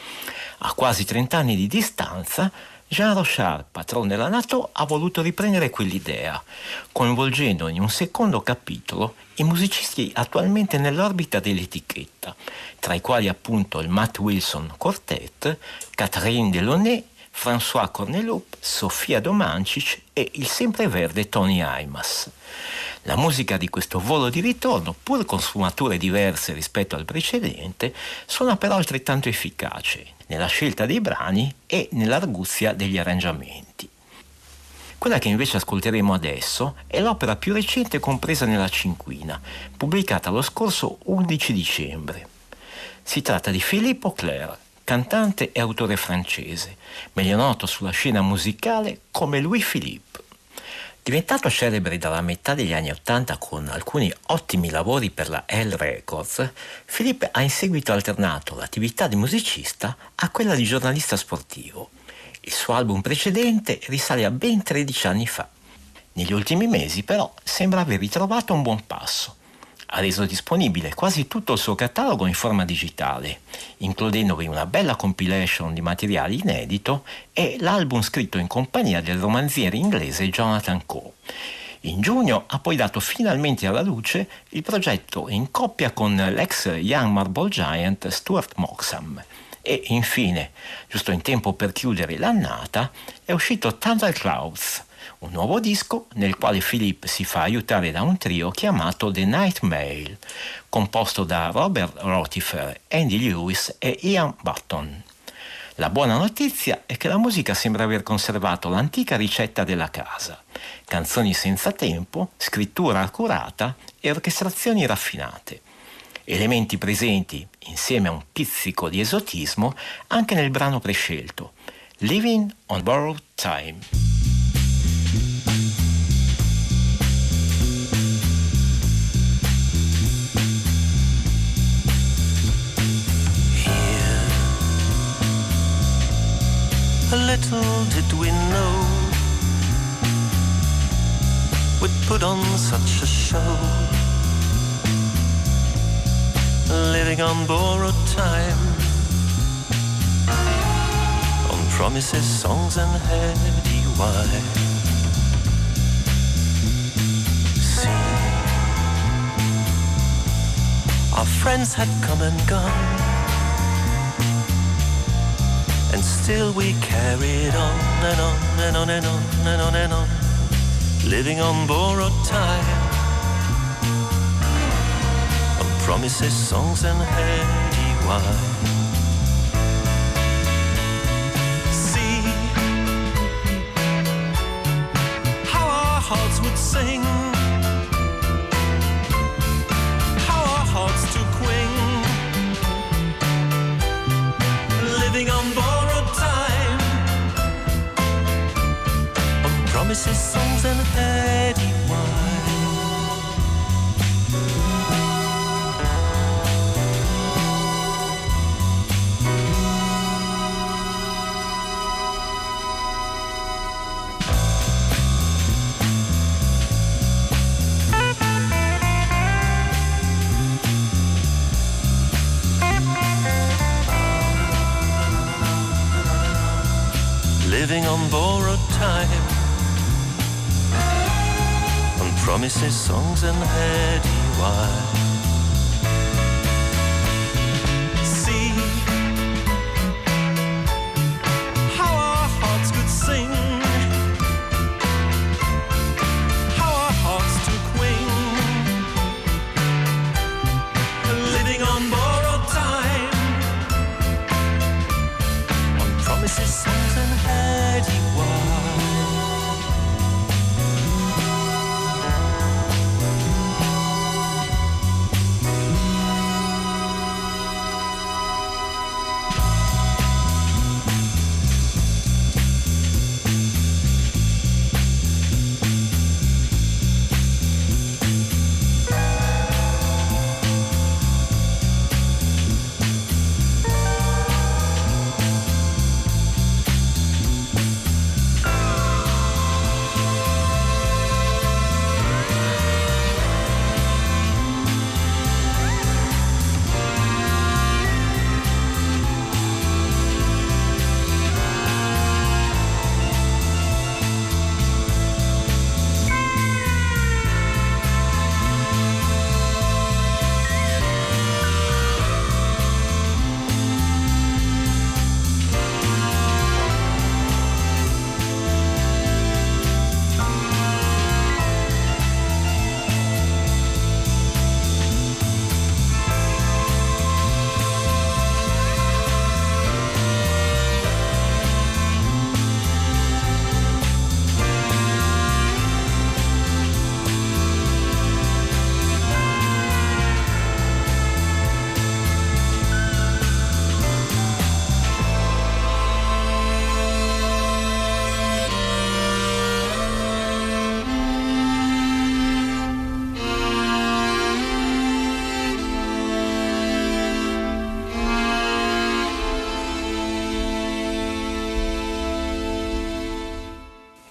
A quasi trent'anni di distanza, Jean Rochard, patrone della Nato, ha voluto riprendere quell'idea, coinvolgendo in un secondo capitolo i musicisti attualmente nell'orbita dell'etichetta, tra i quali appunto il Matt Wilson Quartet, Catherine Delaunay, François Corneloup, Sofia Domancic e il sempreverde Tony Imas. La musica di questo volo di ritorno, pur con sfumature diverse rispetto al precedente, suona però altrettanto efficace nella scelta dei brani e nell'arguzia degli arrangiamenti. Quella che invece ascolteremo adesso è l'opera più recente compresa nella cinquina, pubblicata lo scorso undici dicembre. Si tratta di Philippe Auclair, cantante e autore francese, meglio noto sulla scena musicale come Louis Philippe. Diventato celebre dalla metà degli anni Ottanta con alcuni ottimi lavori per la L Records, Philippe ha in seguito alternato l'attività di musicista a quella di giornalista sportivo. Il suo album precedente risale a ben tredici anni fa. Negli ultimi mesi, però, sembra aver ritrovato un buon passo. Ha reso disponibile quasi tutto il suo catalogo in forma digitale, includendovi una bella compilation di materiale inedito e l'album scritto in compagnia del romanziere inglese Jonathan Coe. In giugno ha poi dato finalmente alla luce il progetto in coppia con l'ex Young Marble Giant Stuart Moxham. E infine, giusto in tempo per chiudere l'annata, è uscito Thunder Clouds, un nuovo disco nel quale Philippe si fa aiutare da un trio chiamato The Night Mail, composto da Robert Rotifer, Andy Lewis e Ian Button. La buona notizia è che la musica sembra aver conservato l'antica ricetta della casa: canzoni senza tempo, scrittura accurata e orchestrazioni raffinate. Elementi presenti, insieme a un pizzico di esotismo, anche nel brano prescelto, Living on Borrowed Time. A little did we know we'd put on such a show, living on borrowed time, on promises, songs and heady wine. See, our friends had come and gone, and still we carried on and on and on and on and on and on, living on borrowed time, on promises, songs and heady wine. See how our hearts would sing, how our hearts took wing, living on borrowed time, on promises, songs and heady wine. Living on borrowed time, on promises, songs and heady wine. See how our hearts could sing, how our hearts took wing,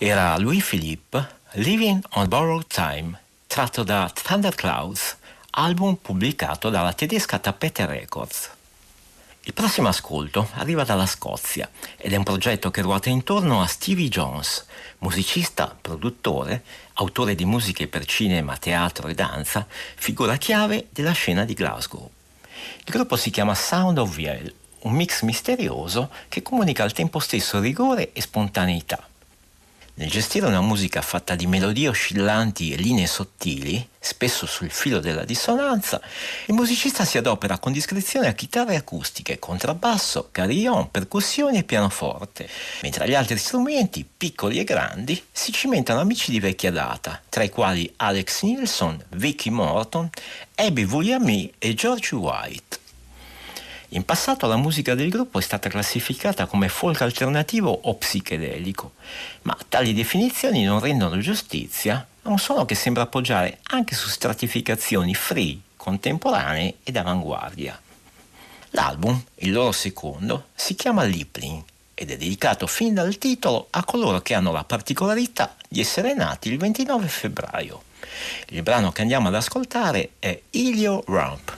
Era Louis-Philippe, Living on Borrowed Time, tratto da Thunderclouds, album pubblicato dalla tedesca Tapete Records. Il prossimo ascolto arriva dalla Scozia ed è un progetto che ruota intorno a Stevie Jones, musicista, produttore, autore di musiche per cinema, teatro e danza, figura chiave della scena di Glasgow. Il gruppo si chiama Sound of Yale, un mix misterioso che comunica al tempo stesso rigore e spontaneità. Nel gestire una musica fatta di melodie oscillanti e linee sottili, spesso sul filo della dissonanza, il musicista si adopera con discrezione a chitarre acustiche, contrabbasso, carillon, percussioni e pianoforte, mentre gli altri strumenti, piccoli e grandi, si cimentano amici di vecchia data, tra i quali Alex Nilsson, Vicky Morton, Abby Vulliamy e George White. In passato la musica del gruppo è stata classificata come folk alternativo o psichedelico, ma tali definizioni non rendono giustizia a un suono che sembra appoggiare anche su stratificazioni free, contemporanee ed avanguardia. L'album, il loro secondo, si chiama Lipling ed è dedicato fin dal titolo a coloro che hanno la particolarità di essere nati il ventinove febbraio. Il brano che andiamo ad ascoltare è Helio Rump.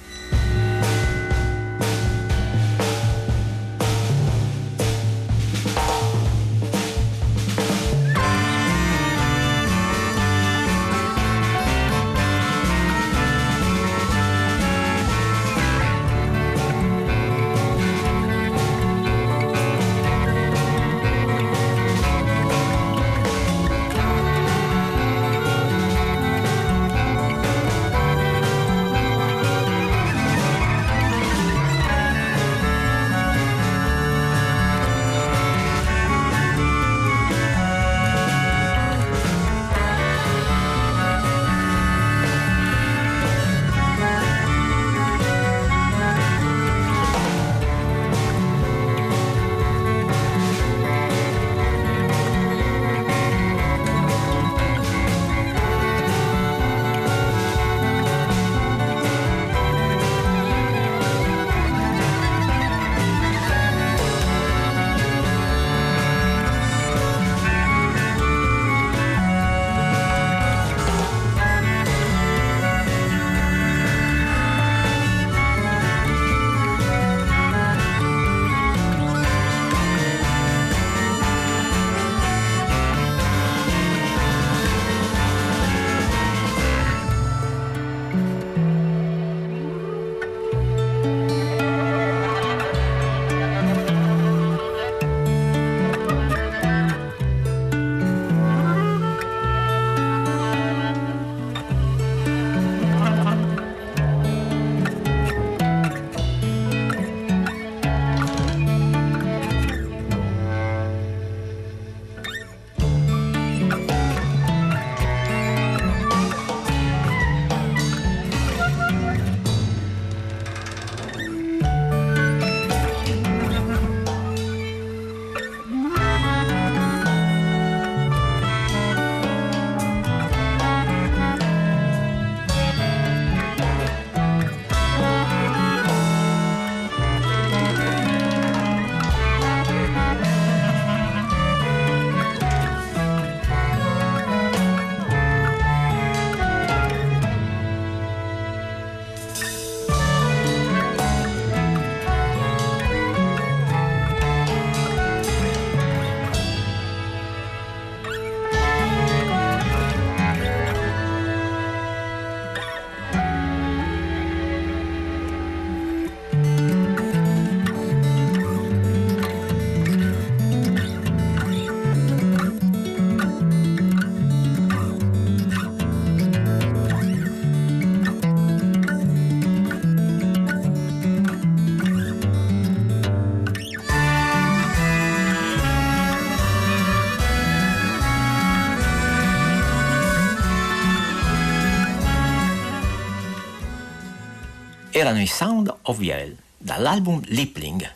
Erano i Sound of Yale, dall'album Lipling.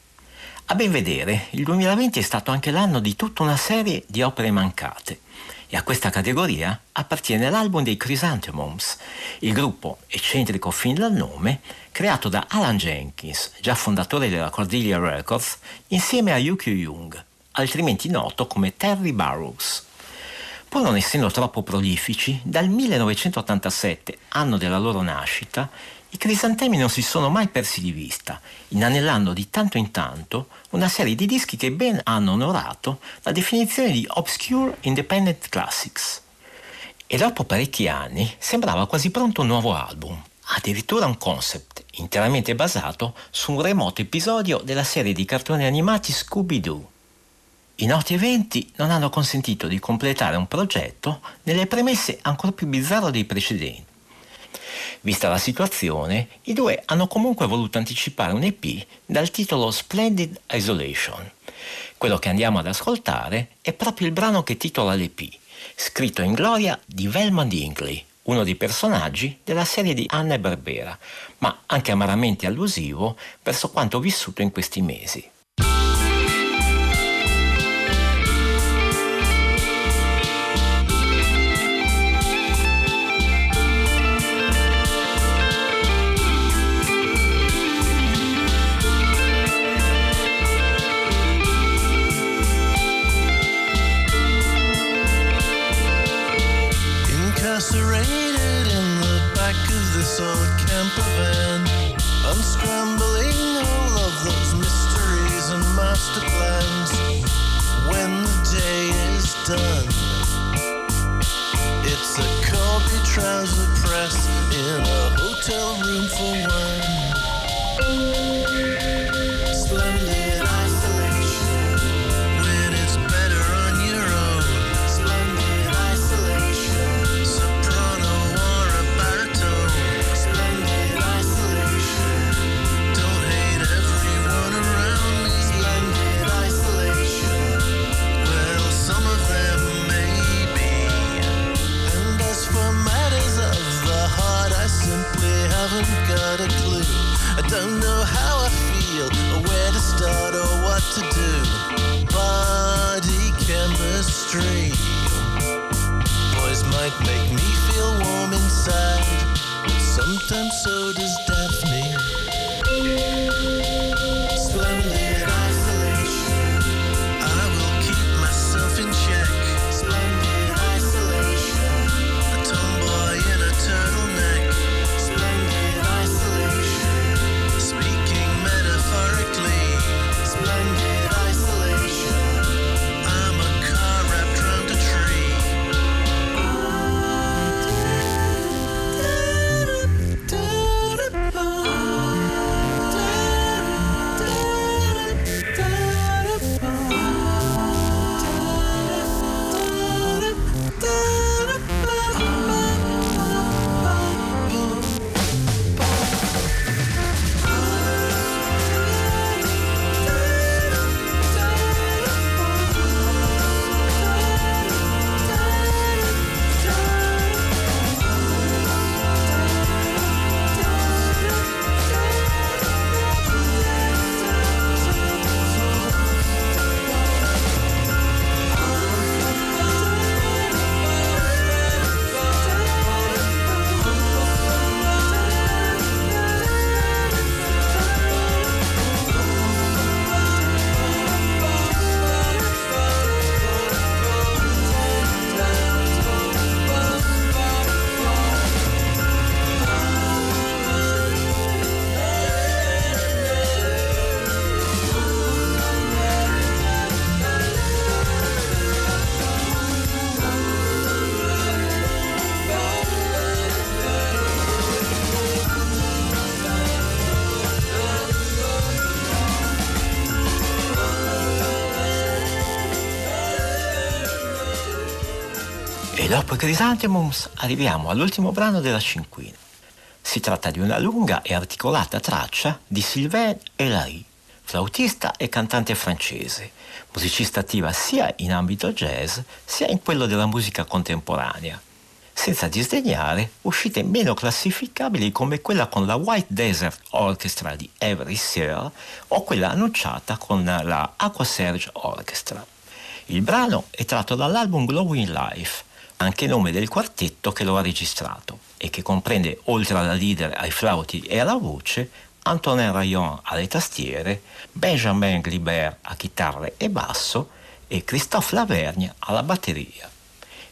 A ben vedere, il duemilaventi è stato anche l'anno di tutta una serie di opere mancate, e a questa categoria appartiene l'album dei Chrysanthemums, il gruppo, eccentrico fin dal nome, creato da Alan Jenkins, già fondatore della Cordelia Records, insieme a Yukio Young, altrimenti noto come Terry Burrows. Pur non essendo troppo prolifici, dal millenovecentottantasette, anno della loro nascita, i Crisantemi non si sono mai persi di vista, inanellando di tanto in tanto una serie di dischi che ben hanno onorato la definizione di Obscure Independent Classics. E dopo parecchi anni sembrava quasi pronto un nuovo album, addirittura un concept interamente basato su un remoto episodio della serie di cartoni animati Scooby-Doo. I noti eventi non hanno consentito di completare un progetto nelle premesse ancora più bizzarro dei precedenti. Vista la situazione, i due hanno comunque voluto anticipare un E P dal titolo Splendid Isolation. Quello che andiamo ad ascoltare è proprio il brano che titola l'E P, scritto in gloria di Velma Dinkley, uno dei personaggi della serie di Hanna-Barbera, ma anche amaramente allusivo verso quanto vissuto in questi mesi. Incarcerated in the back of this old camper van, unscrambling all of those mysteries and master plans. When the day is done, it's a Corby trouser press in a hotel room for one. Splendid isolation, when it's better on your own. Splendid isolation, soprano or a baritone. Splendid isolation, don't hate everyone around me. Splendid isolation, well, some of them may be. And as for matters of the heart, I simply haven't got a clue. I don't know how I feel, or where to start, or what to do. Body chemistry. Boys might make me feel warm inside, but sometimes so does Daphne. Splendid isolation, I will keep myself in check. Splendid isolation, a tomboy in a turtleneck. Splendid isolation, speaking metaphorically. Splendid isolation, I'm a car wrapped round a tree. E dopo i Chrysanthemums arriviamo all'ultimo brano della cinquina. Si tratta di una lunga e articolata traccia di Sylvain Elahi, flautista e cantante francese, musicista attiva sia in ambito jazz sia in quello della musica contemporanea, senza disdegnare uscite meno classificabili come quella con la White Desert Orchestra di Avery Searle o quella annunciata con la Aqua Serge Orchestra. Il brano è tratto dall'album Glowing Life, anche nome del quartetto che lo ha registrato e che comprende, oltre alla leader ai flauti e alla voce, Antonin Rayon alle tastiere, Benjamin Glibert a chitarre e basso e Christophe Lavergne alla batteria.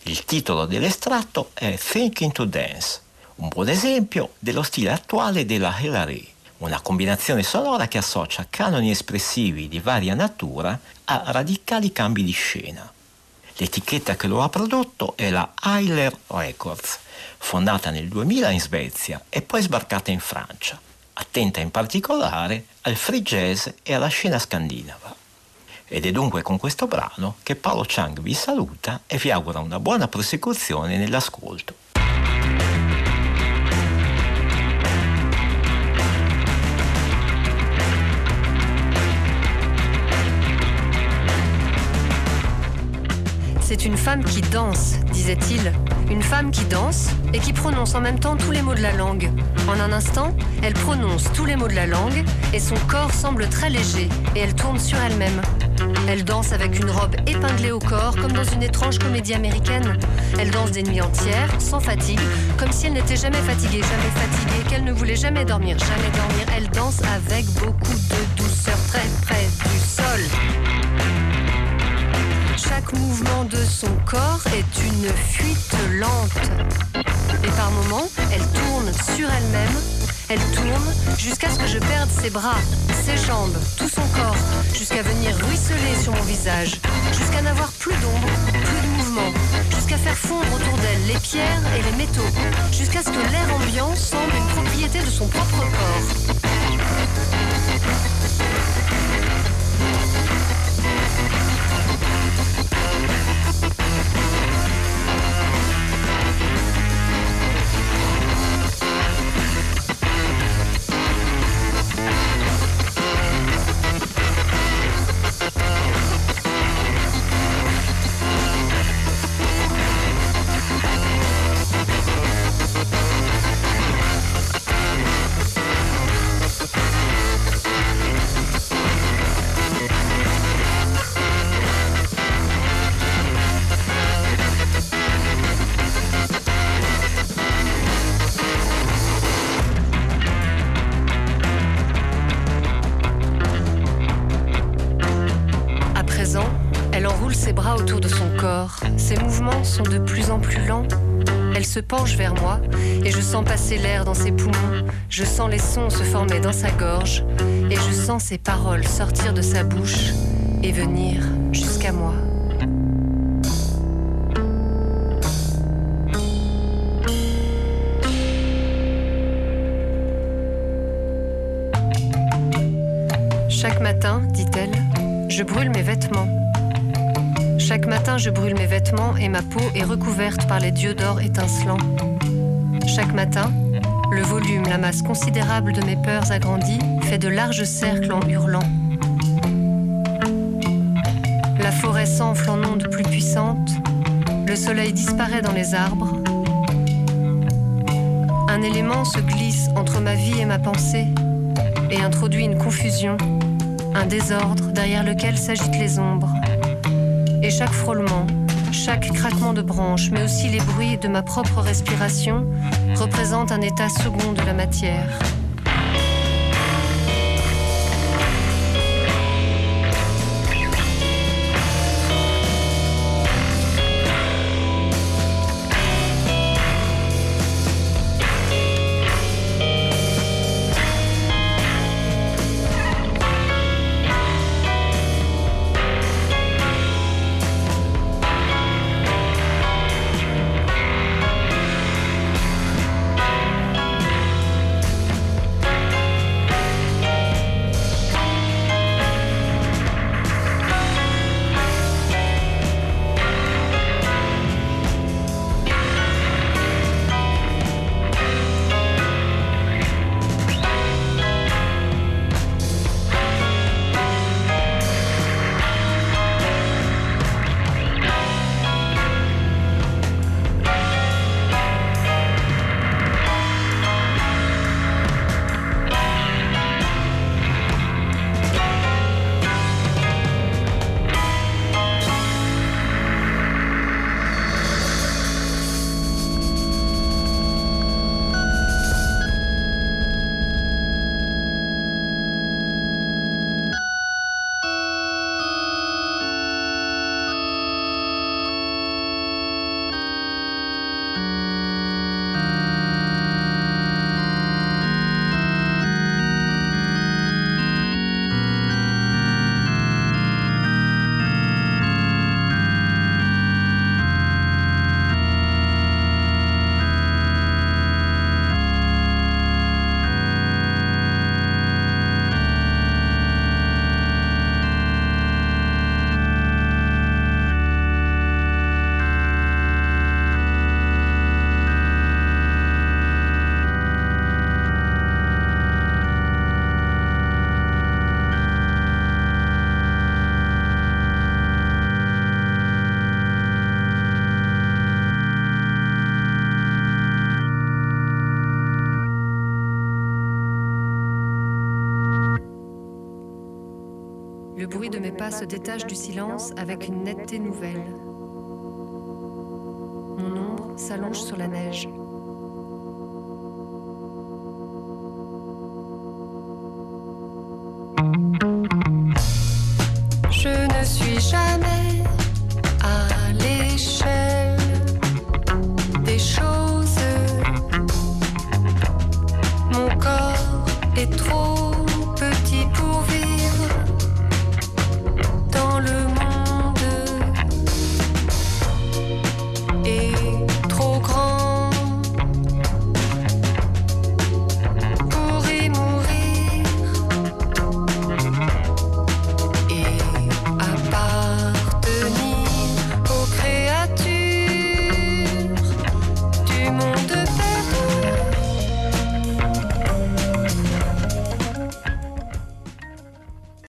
Il titolo dell'estratto è Thinking to Dance, un buon esempio dello stile attuale della Hillary, una combinazione sonora che associa canoni espressivi di varia natura a radicali cambi di scena. L'etichetta che lo ha prodotto è la Eiler Records, fondata nel duemila in Svezia e poi sbarcata in Francia, attenta in particolare al free jazz e alla scena scandinava. Ed è dunque con questo brano che Paolo Chang vi saluta e vi augura una buona prosecuzione nell'ascolto. C'est une femme qui danse, disait-il. Une femme qui danse et qui prononce en même temps tous les mots de la langue. En un instant, elle prononce tous les mots de la langue et son corps semble très léger et elle tourne sur elle-même. Elle danse avec une robe épinglée au corps comme dans une étrange comédie américaine. Elle danse des nuits entières, sans fatigue, comme si elle n'était jamais fatiguée, jamais fatiguée, qu'elle ne voulait jamais dormir, jamais dormir. Elle danse avec beaucoup de douceur, très près du sol. Chaque mouvement de son corps est une fuite lente. Et par moments, elle tourne sur elle-même. Elle tourne jusqu'à ce que je perde ses bras, ses jambes, tout son corps, jusqu'à venir ruisseler sur mon visage, jusqu'à n'avoir plus d'ombre, plus de mouvement, jusqu'à faire fondre autour d'elle les pierres et les métaux, jusqu'à ce que l'air ambiant semble une propriété de son propre corps. Autour de son corps, ses mouvements sont de plus en plus lents. Elle se penche vers moi et je sens passer l'air dans ses poumons. Je sens les sons se former dans sa gorge et je sens ses paroles sortir de sa bouche et venir jusqu'à moi. Chaque matin, dit-elle, je brûle mes vêtements. Chaque matin, je brûle mes vêtements et ma peau est recouverte par les dieux d'or étincelants. Chaque matin, le volume, la masse considérable de mes peurs agrandies fait de larges cercles en hurlant. La forêt s'enfle en ondes plus puissantes, le soleil disparaît dans les arbres. Un élément se glisse entre ma vie et ma pensée et introduit une confusion, un désordre derrière lequel s'agitent les ombres. Et chaque frôlement, chaque craquement de branches, mais aussi les bruits de ma propre respiration, représentent un état second de la matière. Le bruit de mes pas se détache du silence avec une netteté nouvelle. Mon ombre s'allonge sur la neige. Thank you.